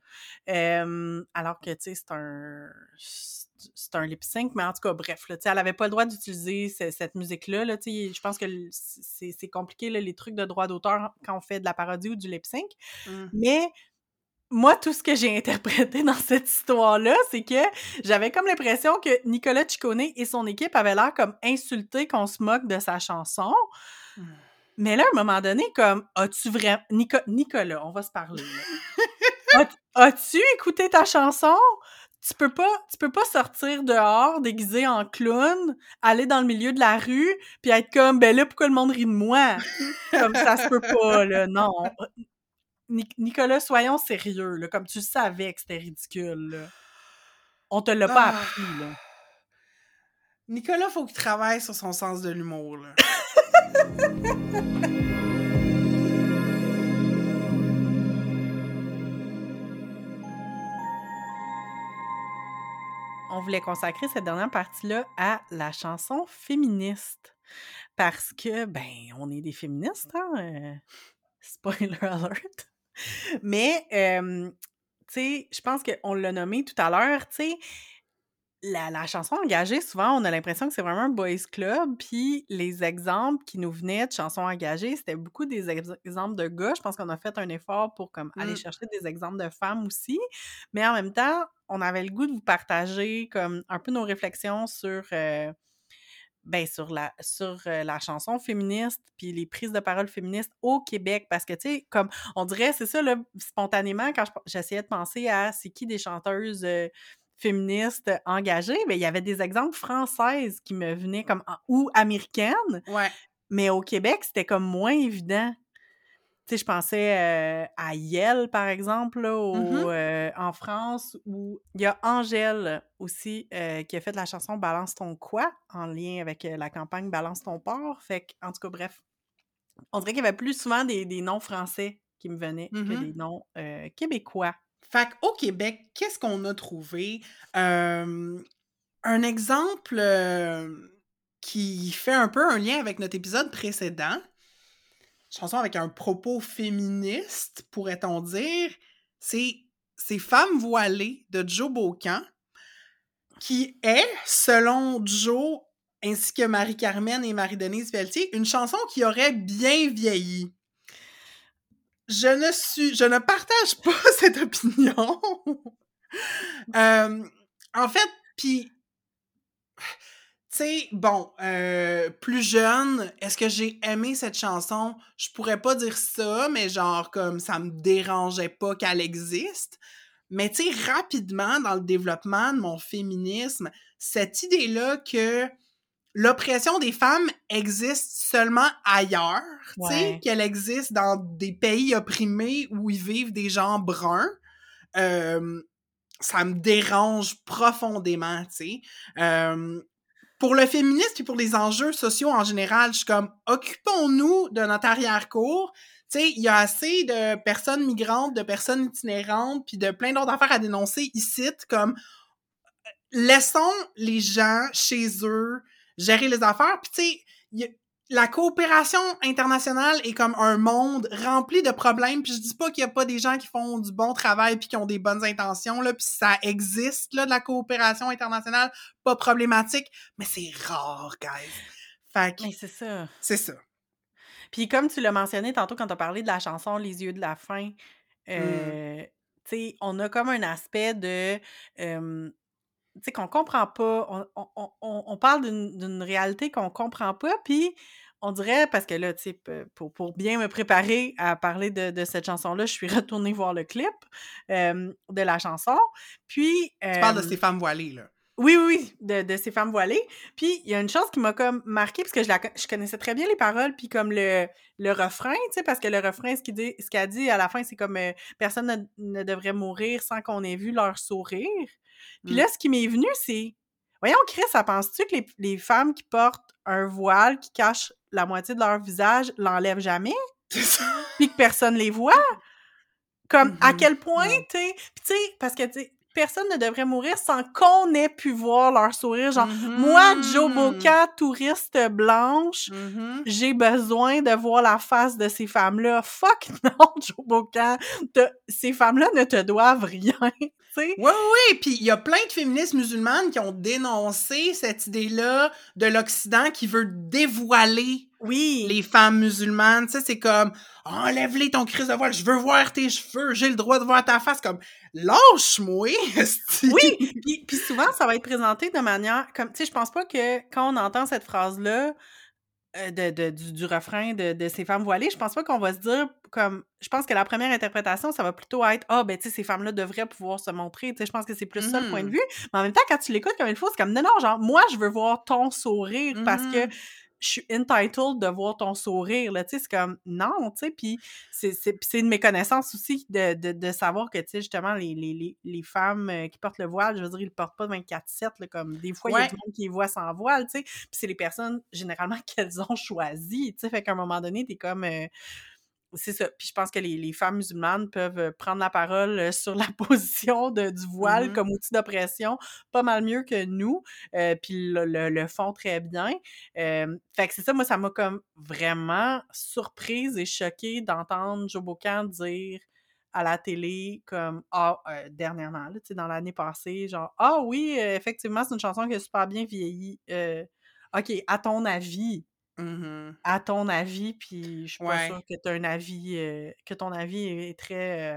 Hem, alors que, tu sais, c'est un c'est un lip sync, mais en tout cas, bref, là, tu sais, elle avait pas le droit d'utiliser ce cette musique-là, là, tu sais, je pense que l c'est c'est compliqué, là, les trucs de droits d'auteur quand on fait de la parodie ou du lip sync. Mmh. Mais moi, tout ce que j'ai interprété dans cette histoire-là, c'est que j'avais comme l'impression que Nicolas Ciccone et son équipe avaient l'air comme insultés qu'on se moque de sa chanson. Mmh. Mais là, à un moment donné, comme, as-tu vraiment Nico Nicolas, on va se parler, là. As as-tu écouté ta chanson? Tu peux pas tu peux pas sortir dehors déguisé en clown, aller dans le milieu de la rue, puis être comme: «Ben là, pourquoi le monde rit de moi?» Comme ça se peut pas, là, non. Nic Nicolas, soyons sérieux, là, comme tu savais que c'était ridicule, là. On te l'a pas Ah! appris, là. Nicolas, faut qu'il travaille sur son sens de l'humour, là. On voulait consacrer cette dernière partie-là à la chanson féministe parce que, ben, on est des féministes, hein, heu, spoiler alert. Mais, hem, tu sais, je pense qu'on l'a nommé tout à l'heure, tu sais, la la chanson engagée, souvent, on a l'impression que c'est vraiment un boys club, puis les exemples qui nous venaient de chansons engagées, c'était beaucoup des ex exemples de gars. Je pense qu'on a fait un effort pour comme aller Mmh. chercher des exemples de femmes aussi, mais en même temps, on avait le goût de vous partager comme un peu nos réflexions sur, heu, ben, sur la sur, heu, la chanson féministe, puis les prises de parole féministes au Québec. Parce que, tu sais, comme on dirait, c'est ça, là, spontanément, quand je pen j'essayais de penser à c'est qui des chanteuses, heu, féministes engagées, ben, il y avait des exemples françaises qui me venaient comme en ou américaines, Ouais. mais au Québec, c'était comme moins évident. Tu sais, je pensais, heu, à Yel, par exemple, là, Mmh mh. au, heu, en France, où il y a Angèle aussi, heu, qui a fait la chanson «Balance ton quoi», en lien avec, heu, la campagne «Balance ton porc». Fait que, en tout cas, bref, on dirait qu'il y avait plus souvent des des noms français qui me venaient Mmh que mh. des noms, heu, québécois. Fait qu'au Québec, qu'est-ce qu'on a trouvé? Hem, un exemple, hem, qui fait un peu un lien avec notre épisode précédent, chanson avec un propos féministe, pourrait-on dire, c'est c'est Femme voilée de Joe Bocan, qui est, selon Joe, ainsi que Marie-Carmen et Marie-Denise Pelletier, une chanson qui aurait bien vieilli. Je ne suis, je ne partage pas cette opinion. euh, en fait, puis, tu sais, bon, euh, plus jeune, est-ce que j'ai aimé cette chanson? Je pourrais pas dire ça, mais genre, comme ça me dérangeait pas qu'elle existe. Mais tu sais, rapidement, dans le développement de mon féminisme, cette idée-là que l'oppression des femmes existe seulement ailleurs, tu sais, Ouais. qu'elle existe dans des pays opprimés où ils vivent des gens bruns, euh, ça me dérange profondément, tu sais. Euh, pour le féminisme et pour les enjeux sociaux en général, je suis comme, occupons-nous de notre arrière-cour. Tu sais, il y a assez de personnes migrantes, de personnes itinérantes, puis de plein d'autres affaires à dénoncer ici, comme, laissons les gens chez eux gérer les affaires. Puis tu sais, y a- la coopération internationale est comme un monde rempli de problèmes. Puis je dis pas qu'il y a pas des gens qui font du bon travail puis qui ont des bonnes intentions, là, puis ça existe, là, de la coopération internationale, pas problématique, mais c'est rare, guys. Fait que, Mais c'est ça. c'est ça. Puis comme tu l'as mentionné tantôt quand tu as parlé de la chanson Les yeux de la faim, Mm. euh, tu sais, on a comme un aspect de... euh, tu sais, qu'on comprend pas. On, on, on, on on parle d'une d'une réalité qu'on comprend pas, puis on dirait, parce que là, tu sais, pe- pour, pour bien me préparer à parler de, de cette chanson-là, je suis retournée voir le clip euh, de la chanson. Puis, Tu parles de euh, ces femmes voilées, là. oui, oui, oui, de, de ces femmes voilées. Puis, il y a une chose qui m'a comme marquée, parce que je, la, co- je connaissais très bien les paroles, puis comme le, le refrain, tu sais, parce que le refrain, ce qu'il dit, ce qu'elle dit à la fin, c'est comme euh, personne ne, ne devrait mourir sans qu'on ait vu leur sourire. Puis Mm. là, ce qui m'est venu, c'est, voyons, Chris, ça penses-tu que les, les femmes qui portent un voile qui cache la moitié de leur visage l'enlèvent jamais, C'est ça. puis que personne les voit? Comme, à Mhm. quel point, Non. tu sais, puis tu sais, parce que, tu sais, personne ne devrait mourir sans qu'on ait pu voir leur sourire. Genre, moi, Joe Mhm. Bocan, touriste blanche, Mhm. j'ai besoin de voir la face de ces femmes-là. Fuck non, Joe Bocan. Te- ces femmes-là ne te doivent rien, tu sais. Oui, oui, puis il y a plein de féministes musulmanes qui ont dénoncé cette idée-là de l'Occident qui veut dévoiler Oui. les femmes musulmanes. Tu sais, c'est comme, enlève-les ton crise de voile, je veux voir tes cheveux, j'ai le droit de voir ta face. Comme, lâche-moi, esti. Oui, puis, puis souvent, ça va être présenté de manière comme, tu sais, je pense pas que quand on entend cette phrase-là, euh, de, de- du, du refrain de, de ces femmes voilées, je pense pas qu'on va se dire comme, je pense que la première interprétation, ça va plutôt être, ah, ben, tu sais, ces femmes-là devraient pouvoir se montrer, tu sais, je pense que c'est plus ça le point de Mhm. vue, mais en même temps, quand tu l'écoutes comme il faut, c'est comme, non, non, genre, moi, je veux voir ton sourire parce que Mhm. je suis entitled de voir ton sourire, là, tu sais, c'est comme, non, tu sais, puis c'est, c'est, puis c'est une méconnaissance aussi de, de, de savoir que, tu sais, justement, les, les, les, les femmes euh, qui portent le voile, je veux dire, ils le portent pas vingt-quatre sept, là, comme, des fois, il y a Ouais. du monde qui les voit sans voile, tu sais, puis c'est les personnes, généralement, qu'elles ont choisies, tu sais, fait qu'à un moment donné, t'es comme... euh, c'est ça. Puis je pense que les, les femmes musulmanes peuvent euh, prendre la parole euh, sur la position de, du voile Mhm. comme outil d'oppression pas mal mieux que nous, euh, puis le, le, le font très bien. Euh, fait que c'est ça, moi, ça m'a comme vraiment surprise et choquée d'entendre Joe Bocan dire à la télé comme ah euh, dernièrement là, tu sais dans l'année passée genre ah oui euh, effectivement c'est une chanson qui a super bien vieilli. Euh, ok, à ton avis Mhm. à ton avis, puis je suis pas Ouais. sûre que tu un avis, heu, que ton avis est très, heu,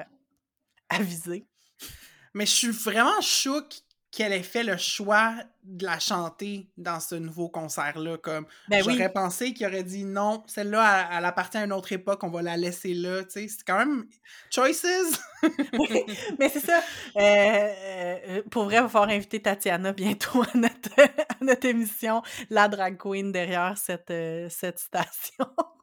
avisé. Mais je suis vraiment chouk qu'elle ait fait le choix de la chanter dans ce nouveau concert-là. Comme, Ben j'aurais oui, pensé qu'il aurait dit non, celle-là, elle, elle appartient à une autre époque, on va la laisser là. Tu sais, c'est quand même choices. oui, mais c'est ça, heu heu, pour vrai, il va falloir inviter Tatiana bientôt à notre à notre émission, la drag queen derrière cette, heu, cette station.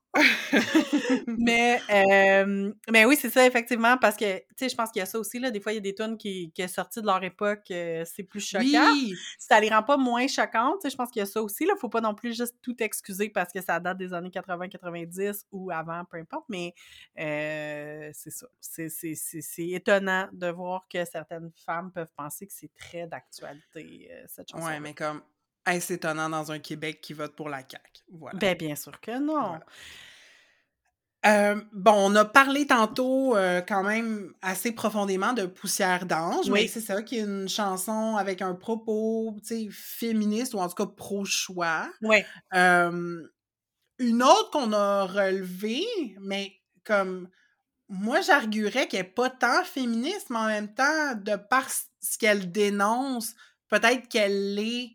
Mais, hem, mais oui, c'est ça, effectivement, parce que, tu sais, je pense qu'il y a ça aussi, là. Des fois, il y a des tunes qui, qui sont sorties de leur époque, euh, c'est plus choquant. Oui! Ça les rend pas moins choquantes, tu sais. Je pense qu'il y a ça aussi, là. Faut pas non plus juste tout excuser parce que ça date des années quatre-vingts quatre-vingt-dix ou avant, peu importe. Mais, euh, c'est ça. C'est, c'est, c'est, c'est étonnant de voir que certaines femmes peuvent penser que c'est très d'actualité, euh, cette Ouais, chanson-là. mais comme, hey, c'est étonnant dans un Québec qui vote pour la C A Q. Voilà. Ben, bien sûr que non. Voilà. Euh, bon, on a parlé tantôt euh, quand même assez profondément de Poussière d'ange, mais Oui. c'est ça qui est une chanson avec un propos, tu sais, féministe ou en tout cas pro-choix. Ouais. Euh, une autre qu'on a relevée, mais comme moi j'arguerais qu'elle n'est pas tant féministe, mais en même temps, de par ce qu'elle dénonce, peut-être qu'elle l'est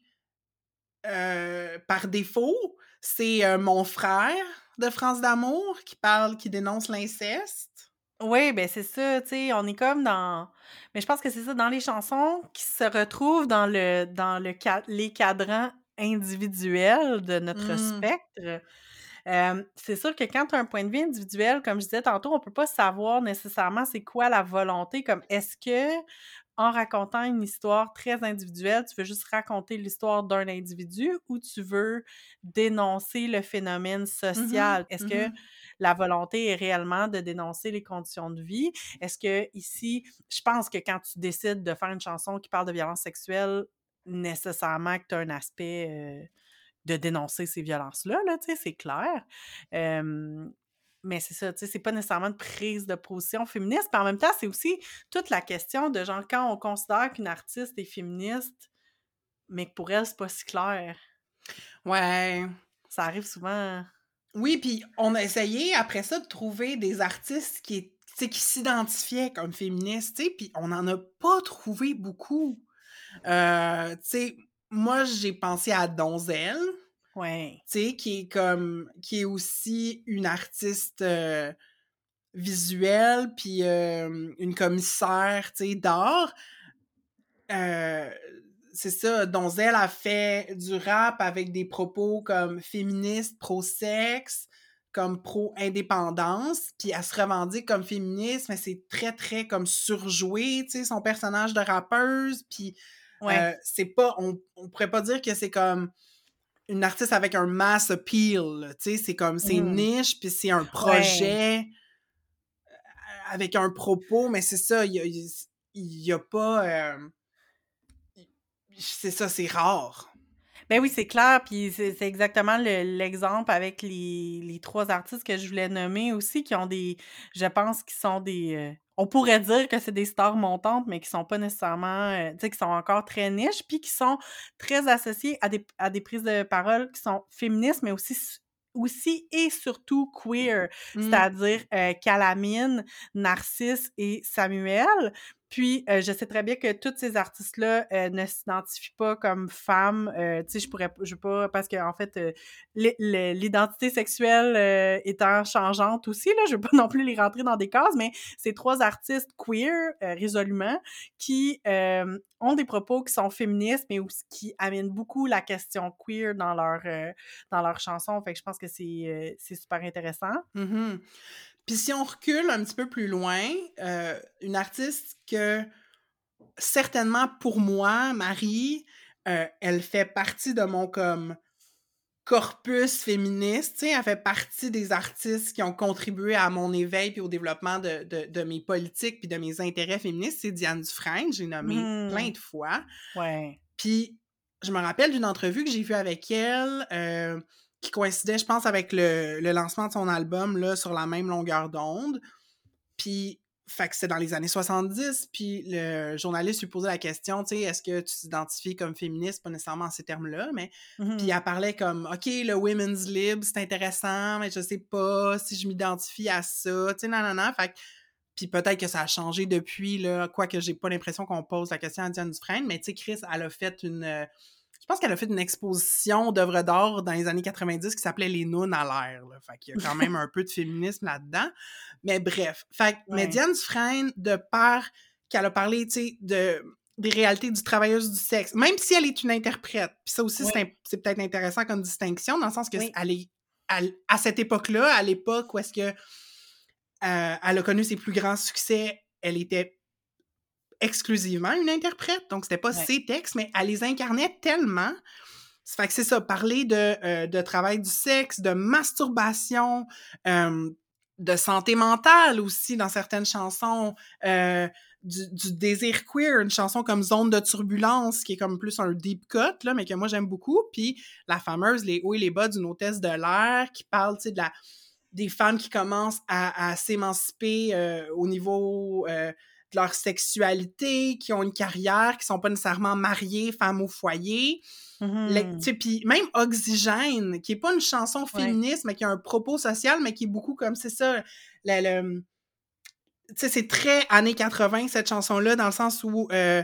euh, par défaut, c'est euh, Mon frère de France d'amour qui parle, qui dénonce l'inceste. Oui, ben c'est ça, tu sais, on est comme dans mais je pense que c'est ça, dans les chansons qui se retrouvent dans le dans le ca les cadrans individuels de notre Mm. spectre. Hem, c'est sûr que quand tu as un point de vue individuel, comme je disais tantôt, on peut pas savoir nécessairement c'est quoi la volonté, comme est-ce que en racontant une histoire très individuelle, tu veux juste raconter l'histoire d'un individu ou tu veux dénoncer le phénomène Mhm, social? Est-ce que mhm. la volonté est réellement de dénoncer les conditions de vie? Est-ce que ici, je pense que quand tu décides de faire une chanson qui parle de violence sexuelle, nécessairement que tu as un aspect euh, de dénoncer ces violences-là, là, tu sais, c'est clair. Hem, mais c'est ça, tu sais, c'est pas nécessairement une prise de position féministe, puis en même temps, c'est aussi toute la question de genre quand on considère qu'une artiste est féministe, mais que pour elle, c'est pas si clair. Ouais. Ça arrive souvent. Oui, puis on a essayé après ça de trouver des artistes qui, tu sais, qui s'identifiaient comme féministes, tu sais, puis on n'en a pas trouvé beaucoup. Euh, tu sais, moi, j'ai pensé à Donzelle, Ouais. tu sais, qui est comme, qui est aussi une artiste euh, visuelle, puis euh, une commissaire, tu sais, d'art. Euh, c'est ça, Donzelle a fait du rap avec des propos comme féministes, pro-sexe, comme pro-indépendance, puis elle se revendique comme féministe, mais c'est très, très comme surjoué, tu sais, son personnage de rappeuse, puis Ouais. euh, c'est pas, on, on pourrait pas dire que c'est comme une artiste avec un mass appeal, tu sais, c'est comme, c'est Mmh. niche, puis c'est un Ouais. projet avec un propos, mais c'est ça, il y a, il y a pas... euh, c'est ça, c'est rare. Ben oui, c'est clair, puis c'est c'est exactement le l'exemple avec les les trois artistes que je voulais nommer aussi qui ont des je pense qui sont des, heu, on pourrait dire que c'est des stars montantes, mais qui sont pas nécessairement, heu, tu sais, qui sont encore très niches, puis qui sont très associés à des à des prises de parole qui sont féministes, mais aussi s aussi et surtout queer, Mmh. c'est-à-dire, heu, Calamine, Narcisse et Samuel. Puis, heu, je sais très bien que tous ces artistes-là, heu, ne s'identifient pas comme femmes, heu, tu sais, je pourrais je veux pas parce qu'en fait, heu, l'é l'é l'identité sexuelle, heu, étant changeante aussi, là, je veux pas non plus les rentrer dans des cases, mais c'est trois artistes queer, heu, résolument, qui, hem, ont des propos qui sont féministes, mais aussi qui amènent beaucoup la question queer dans leurs, heu, dans leurs chansons. Fait que je pense que c'est, heu, c'est super intéressant. Mmh. Puis si on recule un petit peu plus loin, euh, une artiste que certainement pour moi, Marie, euh, elle fait partie de mon comme corpus féministe, tu sais, elle fait partie des artistes qui ont contribué à mon éveil puis au développement de, de, de mes politiques puis de mes intérêts féministes, c'est Diane Dufresne, j'ai nommé plein Mmh. de fois. Ouais. Puis je me rappelle d'une entrevue que j'ai vue avec elle, euh, qui coïncidait, je pense, avec le, le lancement de son album, là, sur la même longueur d'onde. Puis, fait que c'était dans les années soixante-dix, puis le journaliste lui posait la question, tu sais, est-ce que tu t'identifies comme féministe? Pas nécessairement en ces termes-là, mais... Puis Mmh. elle parlait comme, OK, le women's lib, c'est intéressant, mais je sais pas si je m'identifie à ça, tu sais, nanana. Fait que... Puis peut-être que ça a changé depuis, là, quoique j'ai pas l'impression qu'on pose la question à Diane Dufresne, mais tu sais, Chris, elle a fait une... euh, je pense qu'elle a fait une exposition d'œuvres d'art dans les années quatre-vingt-dix qui s'appelait Les Nounes à l'air. Là. Fait qu'il y a quand même un peu de féminisme là-dedans. Mais bref. Fait que mais Ouais. Diane Dufresne, de part qu'elle a parlé, tu sais, de, des réalités du travailleuse du sexe, même si elle est une interprète, puis ça aussi, Oui, c'est, c'est peut-être intéressant comme distinction, dans le sens que oui. elle est, elle- à cette époque-là, à l'époque où est-ce que euh, elle a connu ses plus grands succès, elle était exclusivement une interprète, donc c'était pas Ouais. ses textes, mais elle les incarnait tellement. Ça fait que c'est ça, parler de, euh, de travail du sexe, de masturbation, euh, de santé mentale aussi dans certaines chansons, euh, du, du désir queer, une chanson comme Zone de turbulence, qui est comme plus un deep cut, là, mais que moi j'aime beaucoup, puis la fameuse Les hauts et les bas d'une hôtesse de l'air, qui parle, tu sais, de la des femmes qui commencent à, à s'émanciper euh, au niveau euh, de leur sexualité, qui ont une carrière, qui sont pas nécessairement mariées, femmes au foyer. Mm-hmm. Puis même Oxygène, qui est pas une chanson Ouais. féministe, mais qui a un propos social, mais qui est beaucoup comme, c'est ça, le... le tu sais, c'est très années quatre-vingts, cette chanson-là, dans le sens où euh,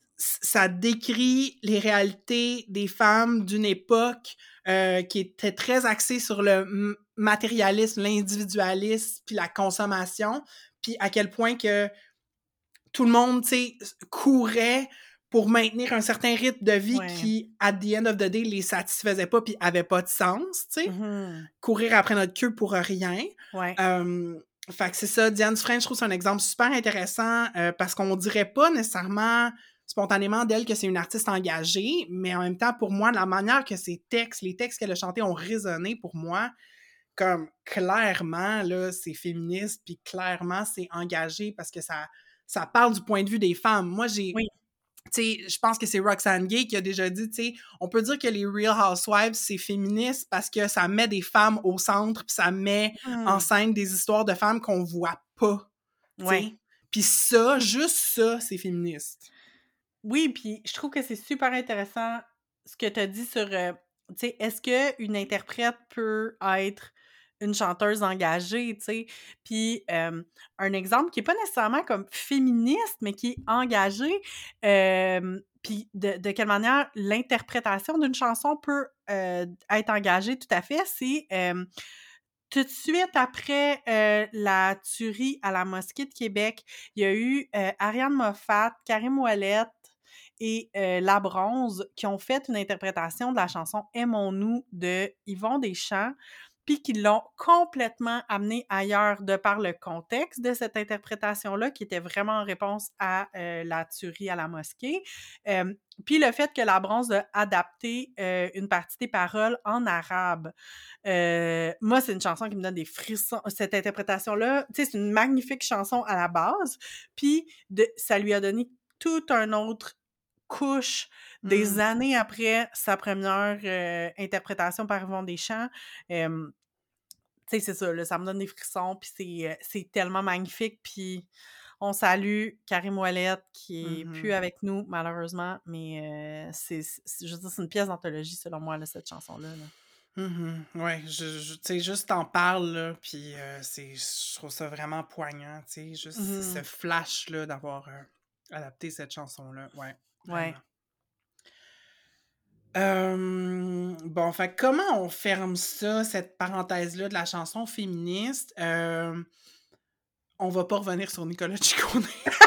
ça décrit les réalités des femmes d'une époque euh, qui était très axée sur le m- matérialisme, l'individualisme, puis la consommation, puis à quel point que tout le monde, tu sais, courait pour maintenir un certain rythme de vie Ouais. qui, at the end of the day, les satisfaisait pas puis avait pas de sens, tu sais. Mm-hmm. Courir après notre queue pour rien. Ouais. Euh, fait que c'est ça, Diane Dufresne, je trouve que c'est un exemple super intéressant euh, parce qu'on dirait pas nécessairement spontanément d'elle que c'est une artiste engagée, mais en même temps, pour moi, la manière que ses textes, les textes qu'elle a chantés ont résonné pour moi, comme clairement, là, c'est féministe, puis clairement, c'est engagé parce que ça, ça parle du point de vue des femmes. Moi, j'ai... Oui. Tu sais, je pense que c'est Roxane Gay qui a déjà dit, tu sais, on peut dire que les Real Housewives, c'est féministe parce que ça met des femmes au centre, puis ça met en Mm. scène des histoires de femmes qu'on voit pas, tu Ouais. sais. Puis ça, juste ça, c'est féministe. Oui, puis je trouve que c'est super intéressant ce que tu as dit sur, euh, tu sais, est-ce qu'une interprète peut être une chanteuse engagée, tu sais? Puis euh, un exemple qui est pas nécessairement comme féministe, mais qui est engagé, euh, puis de, de quelle manière l'interprétation d'une chanson peut euh, être engagée tout à fait, c'est euh, tout de suite après euh, la tuerie à la mosquée de Québec, il y a eu euh, Ariane Moffat, Karim Ouellet et euh, La Bronze qui ont fait une interprétation de la chanson Aimons-nous de Yvon Deschamps, puis qui l'ont complètement amené ailleurs de par le contexte de cette interprétation-là, qui était vraiment en réponse à euh, la tuerie à la mosquée. Euh, puis le fait que La Bronze a adapté euh, une partie des paroles en arabe. Euh, moi, c'est une chanson qui me donne des frissons. Cette interprétation-là, tu sais, c'est une magnifique chanson à la base, puis de, ça lui a donné tout un autre couche des Mm. années après sa première euh, interprétation par Yvon Deschamps. Euh, tu sais, c'est ça, là, ça me donne des frissons, puis c'est, euh, c'est tellement magnifique, puis on salue Karim Ouellet, qui est plus Mm-hmm. avec nous, malheureusement, mais euh, c'est, c'est, je veux dire, c'est une pièce d'anthologie, selon moi, là, cette chanson-là. Là. Mm-hmm. Ouais, je, je tu sais, juste t'en parles, là, puis euh, c'est, je trouve ça vraiment poignant, tu sais, juste Mm-hmm. ce flash-là d'avoir euh, adapté cette chanson-là, ouais, vraiment. Ouais. Euh, bon, fait comment on ferme ça, cette parenthèse-là de la chanson féministe? Euh, on va pas revenir sur Nicolas Ciccone.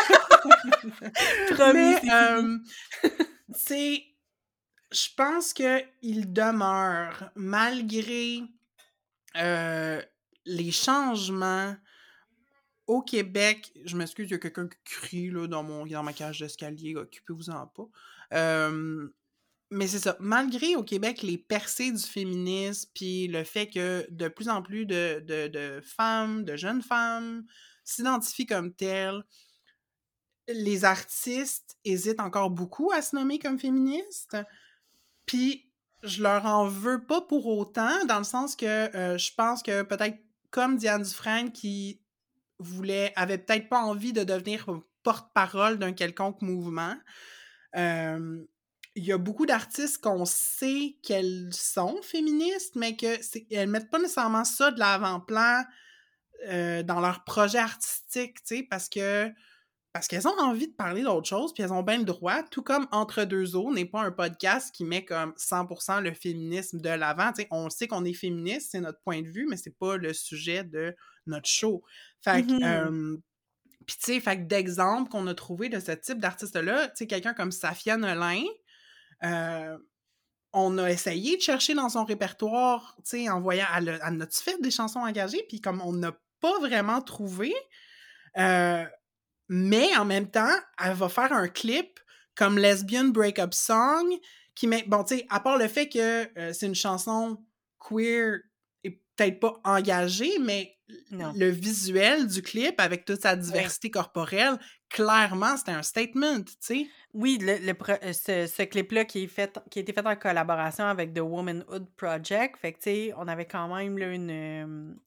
Promis, Mais, c'est fini. euh, tu sais, je pense qu'il demeure, malgré euh, les changements au Québec, je m'excuse, il y a quelqu'un qui crie là, dans, mon, dans ma cage d'escalier, occupez-vous-en pas. Euh, mais c'est ça, malgré au Québec les percées du féminisme, puis le fait que de plus en plus de, de, de femmes, de jeunes femmes s'identifient comme telles, les artistes hésitent encore beaucoup à se nommer comme féministes. Puis je leur en veux pas pour autant, dans le sens que euh, je pense que peut-être comme Diane Dufresne qui voulait, avait peut-être pas envie de devenir porte-parole d'un quelconque mouvement. Euh, il y a beaucoup d'artistes qu'on sait qu'elles sont féministes, mais qu'elles mettent pas nécessairement ça de l'avant-plan euh, dans leur projet artistique, tu sais, parce que parce qu'elles ont envie de parler d'autre chose, puis elles ont bien le droit, tout comme Entre deux eaux n'est pas un podcast qui met comme cent pour cent le féminisme de l'avant. Tu sais, on sait qu'on est féministe, c'est notre point de vue, mais c'est pas le sujet de notre show. Fait que, Mm-hmm. euh, puis tu sais, fait que d'exemples qu'on a trouvé de ce type d'artiste-là, tu sais, quelqu'un comme Safia Nolin, euh, on a essayé de chercher dans son répertoire, tu sais, en voyant, elle, a- elle a-tu fait des chansons engagées, puis comme on n'a pas vraiment trouvé, euh, mais en même temps, elle va faire un clip comme Lesbian Breakup Song, qui met, bon, tu sais, à part le fait que euh, c'est une chanson queer et peut-être pas engagée, mais Non. le visuel du clip avec toute sa diversité Oui. corporelle, clairement, c'était un statement, tu sais. Oui, le, le pro- euh, ce, ce clip-là qui est fait, qui a été fait en collaboration avec The Womanhood Project. Fait que, tu sais, on avait quand même là, une, euh,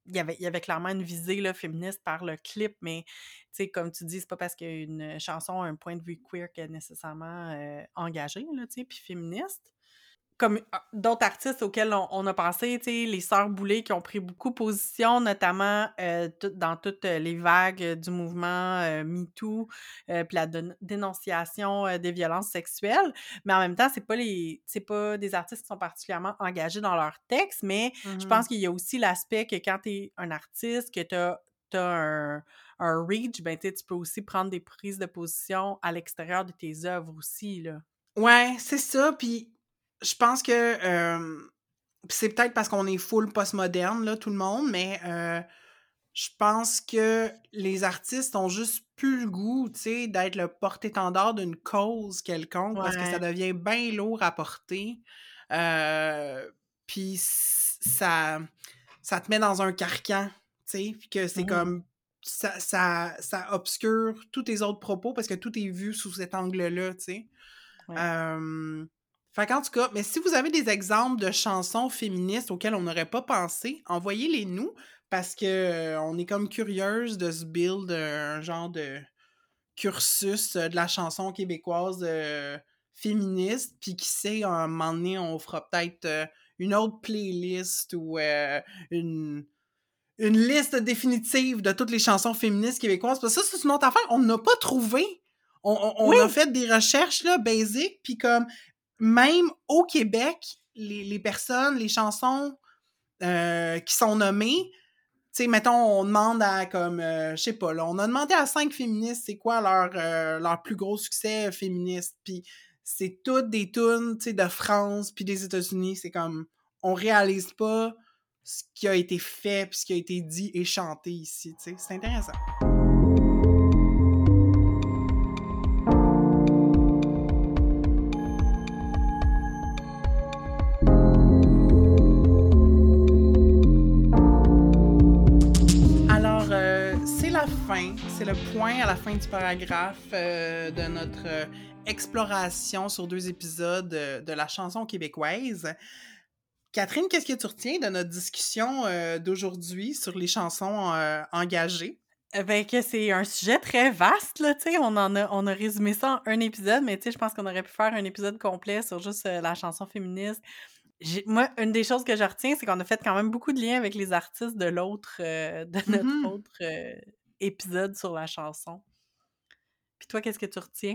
il y avait il y avait clairement une visée, là, féministe par le clip, mais tu sais, comme tu dis, c'est pas parce qu'une chanson a un point de vue queer qu'elle est nécessairement, heu, engagée, là, tu sais, puis féministe. Comme, ah, d'autres artistes auxquels on on a pensé, tu sais, les Sœurs Boulay qui ont pris beaucoup position, notamment, heu, toutes dans toutes, heu, les vagues, heu, du mouvement, heu, MeToo, heu, puis la dén dénonciation, heu, des violences sexuelles. Mais en même temps, c'est pas les c'est pas des artistes qui sont particulièrement engagés dans leurs textes, mais je Mmh. pense qu'il y a aussi l'aspect que quand tu es un artiste, que tu as tu as un un reach, ben, tu sais, tu peux aussi prendre des prises de position à l'extérieur de tes œuvres aussi, là. Ouais, c'est ça, puis je pense que, hem, puis c'est peut-être parce qu'on est full postmoderne, là, tout le monde, mais heu, je pense que les artistes ont juste plus le goût, tu sais, d'être le porte-étendard d'une cause quelconque parce que ça Ouais. devient bien lourd à porter. Heu, puis ç ça ça te met dans un carcan, tu sais, puis que c'est Mmh. comme ça ça ça obscure tous tes autres propos parce que tout est vu sous cet angle-là, tu sais. Ouais. Hem, fait qu'en tout cas, mais si vous avez des exemples de chansons féministes auxquelles on n'aurait pas pensé, envoyez-les nous parce que, heu, on est comme curieuse de se build, heu, un genre de cursus, heu, de la chanson québécoise, heu, féministe. Puis qui sait, à un moment donné, on fera peut-être, heu, une autre playlist ou, heu, une une liste définitive de toutes les chansons féministes québécoises. Parce que ça, c'est une autre affaire, on n'a pas trouvé. On on on a Oui! fait des recherches, là, basiques, puis comme même au Québec, les les personnes, les chansons, heu, qui sont nommées, tu sais, mettons, on demande à comme, heu, je sais pas, là, on a demandé à cinq féministes c'est quoi leur, heu, leur plus gros succès féministe, puis c'est toutes des tunes, tu sais, de France puis des États-Unis. C'est comme, on réalise pas ce qui a été fait puis ce qui a été dit et chanté ici, tu sais. C'est intéressant. Alors, euh, c'est la fin, c'est le point à la fin du paragraphe euh, de notre euh, exploration sur deux épisodes euh, de la chanson québécoise. Catherine, qu'est-ce que tu retiens de notre discussion euh, d'aujourd'hui sur les chansons euh, engagées? Eh ben, que c'est un sujet très vaste, là, tu sais, on en a on a résumé ça en un épisode, mais tu sais, je pense qu'on aurait pu faire un épisode complet sur juste, heu, la chanson féministe. J'ai moi, une des choses que je retiens, c'est qu'on a fait quand même beaucoup de liens avec les artistes de l'autre, heu, de notre Mhm. autre, heu, épisode sur la chanson. Puis toi, qu'est-ce que tu retiens?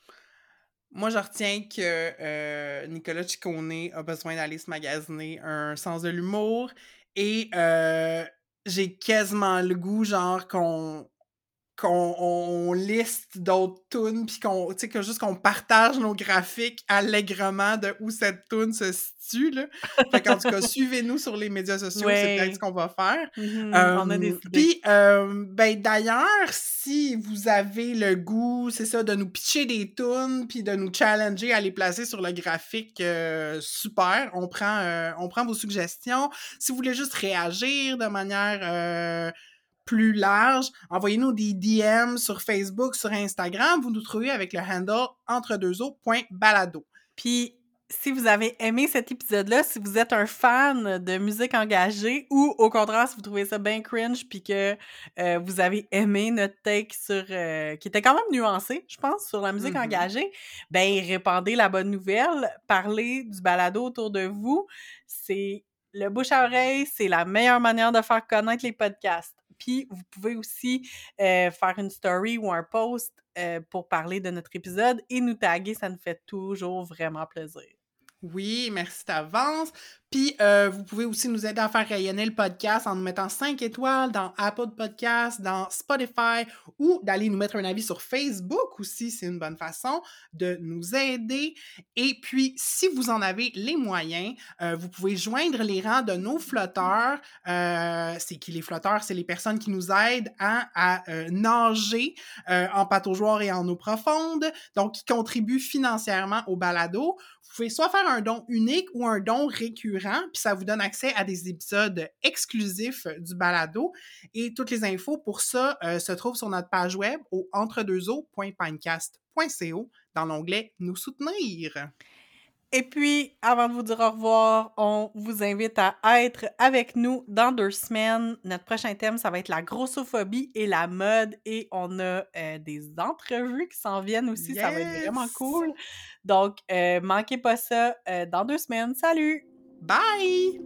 Moi, je retiens que euh, Nicolas Ciccone a besoin d'aller se magasiner un sens de l'humour et euh, j'ai quasiment le goût, genre, qu'on qu'on on liste d'autres tunes puis qu'on tu sais que juste qu'on partage nos graphiques allègrement de où cette tune se situe là. Fait qu'en tout cas, suivez-nous sur les médias sociaux, c'est peut-être ce Ouais. qu'on va faire. Mmh. On a des Euh, idées. puis euh, ben d'ailleurs, si vous avez le goût, c'est ça, de nous pitcher des tunes puis de nous challenger à les placer sur le graphique, euh, super, on prend euh, on prend vos suggestions. Si vous voulez juste réagir de manière euh, plus large, envoyez-nous des D M sur Facebook, sur Instagram. Vous nous trouvez avec le handle entre deux eaux point balado. Puis, si vous avez aimé cet épisode-là, si vous êtes un fan de musique engagée ou au contraire, si vous trouvez ça bien cringe puis que euh, vous avez aimé notre take sur euh, qui était quand même nuancé, je pense, sur la musique Mhm. engagée, ben répandez la bonne nouvelle, parlez du balado autour de vous. C'est le bouche à oreille, c'est la meilleure manière de faire connaître les podcasts. Puis, vous pouvez aussi euh, faire une story ou un post euh, pour parler de notre épisode et nous taguer, ça nous fait toujours vraiment plaisir. Oui, merci d'avance. Puis, euh, vous pouvez aussi nous aider à faire rayonner le podcast en nous mettant cinq étoiles dans Apple Podcasts, dans Spotify ou d'aller nous mettre un avis sur Facebook aussi. C'est une bonne façon de nous aider. Et puis, si vous en avez les moyens, euh, vous pouvez joindre les rangs de nos flotteurs. Euh, c'est qui les flotteurs? C'est les personnes qui nous aident hein, à euh, nager euh, en pataugeoire et en eau profonde. Donc, qui contribuent financièrement au balado. Vous pouvez soit faire un don unique ou un don récurrent, puis ça vous donne accès à des épisodes exclusifs du balado. Et toutes les infos pour ça euh, se trouvent sur notre page web au entre deux eaux point pinecast point co dans l'onglet Nous soutenir. Et puis, avant de vous dire au revoir, on vous invite à être avec nous dans deux semaines. Notre prochain thème, ça va être la grossophobie et la mode. Et on a euh, des entrevues qui s'en viennent aussi. Ça va être vraiment Yes! cool. Donc, euh, manquez pas ça euh, dans deux semaines. Salut! Bye!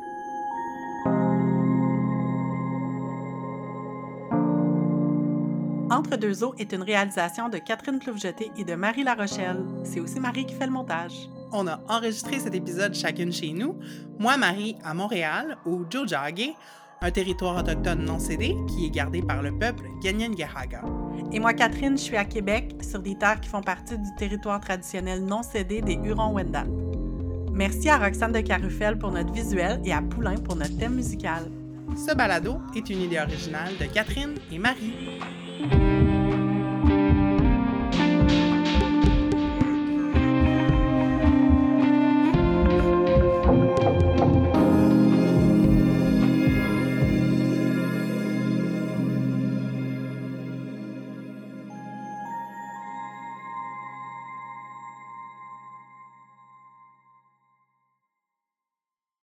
Entre deux eaux est une réalisation de Catherine Ploufjeté et de Marie Larochelle. C'est aussi Marie qui fait le montage. On a enregistré cet épisode chacune chez nous. Moi, Marie, à Montréal, au Tiohtià:ke, un territoire autochtone non cédé qui est gardé par le peuple Kanien'kehá:ka. Et moi, Catherine, je suis à Québec, sur des terres qui font partie du territoire traditionnel non cédé des Hurons-Wendat. Merci à Roxane de Carufel pour notre visuel et à Poulain pour notre thème musical. Ce balado est une idée originale de Catherine et Marie.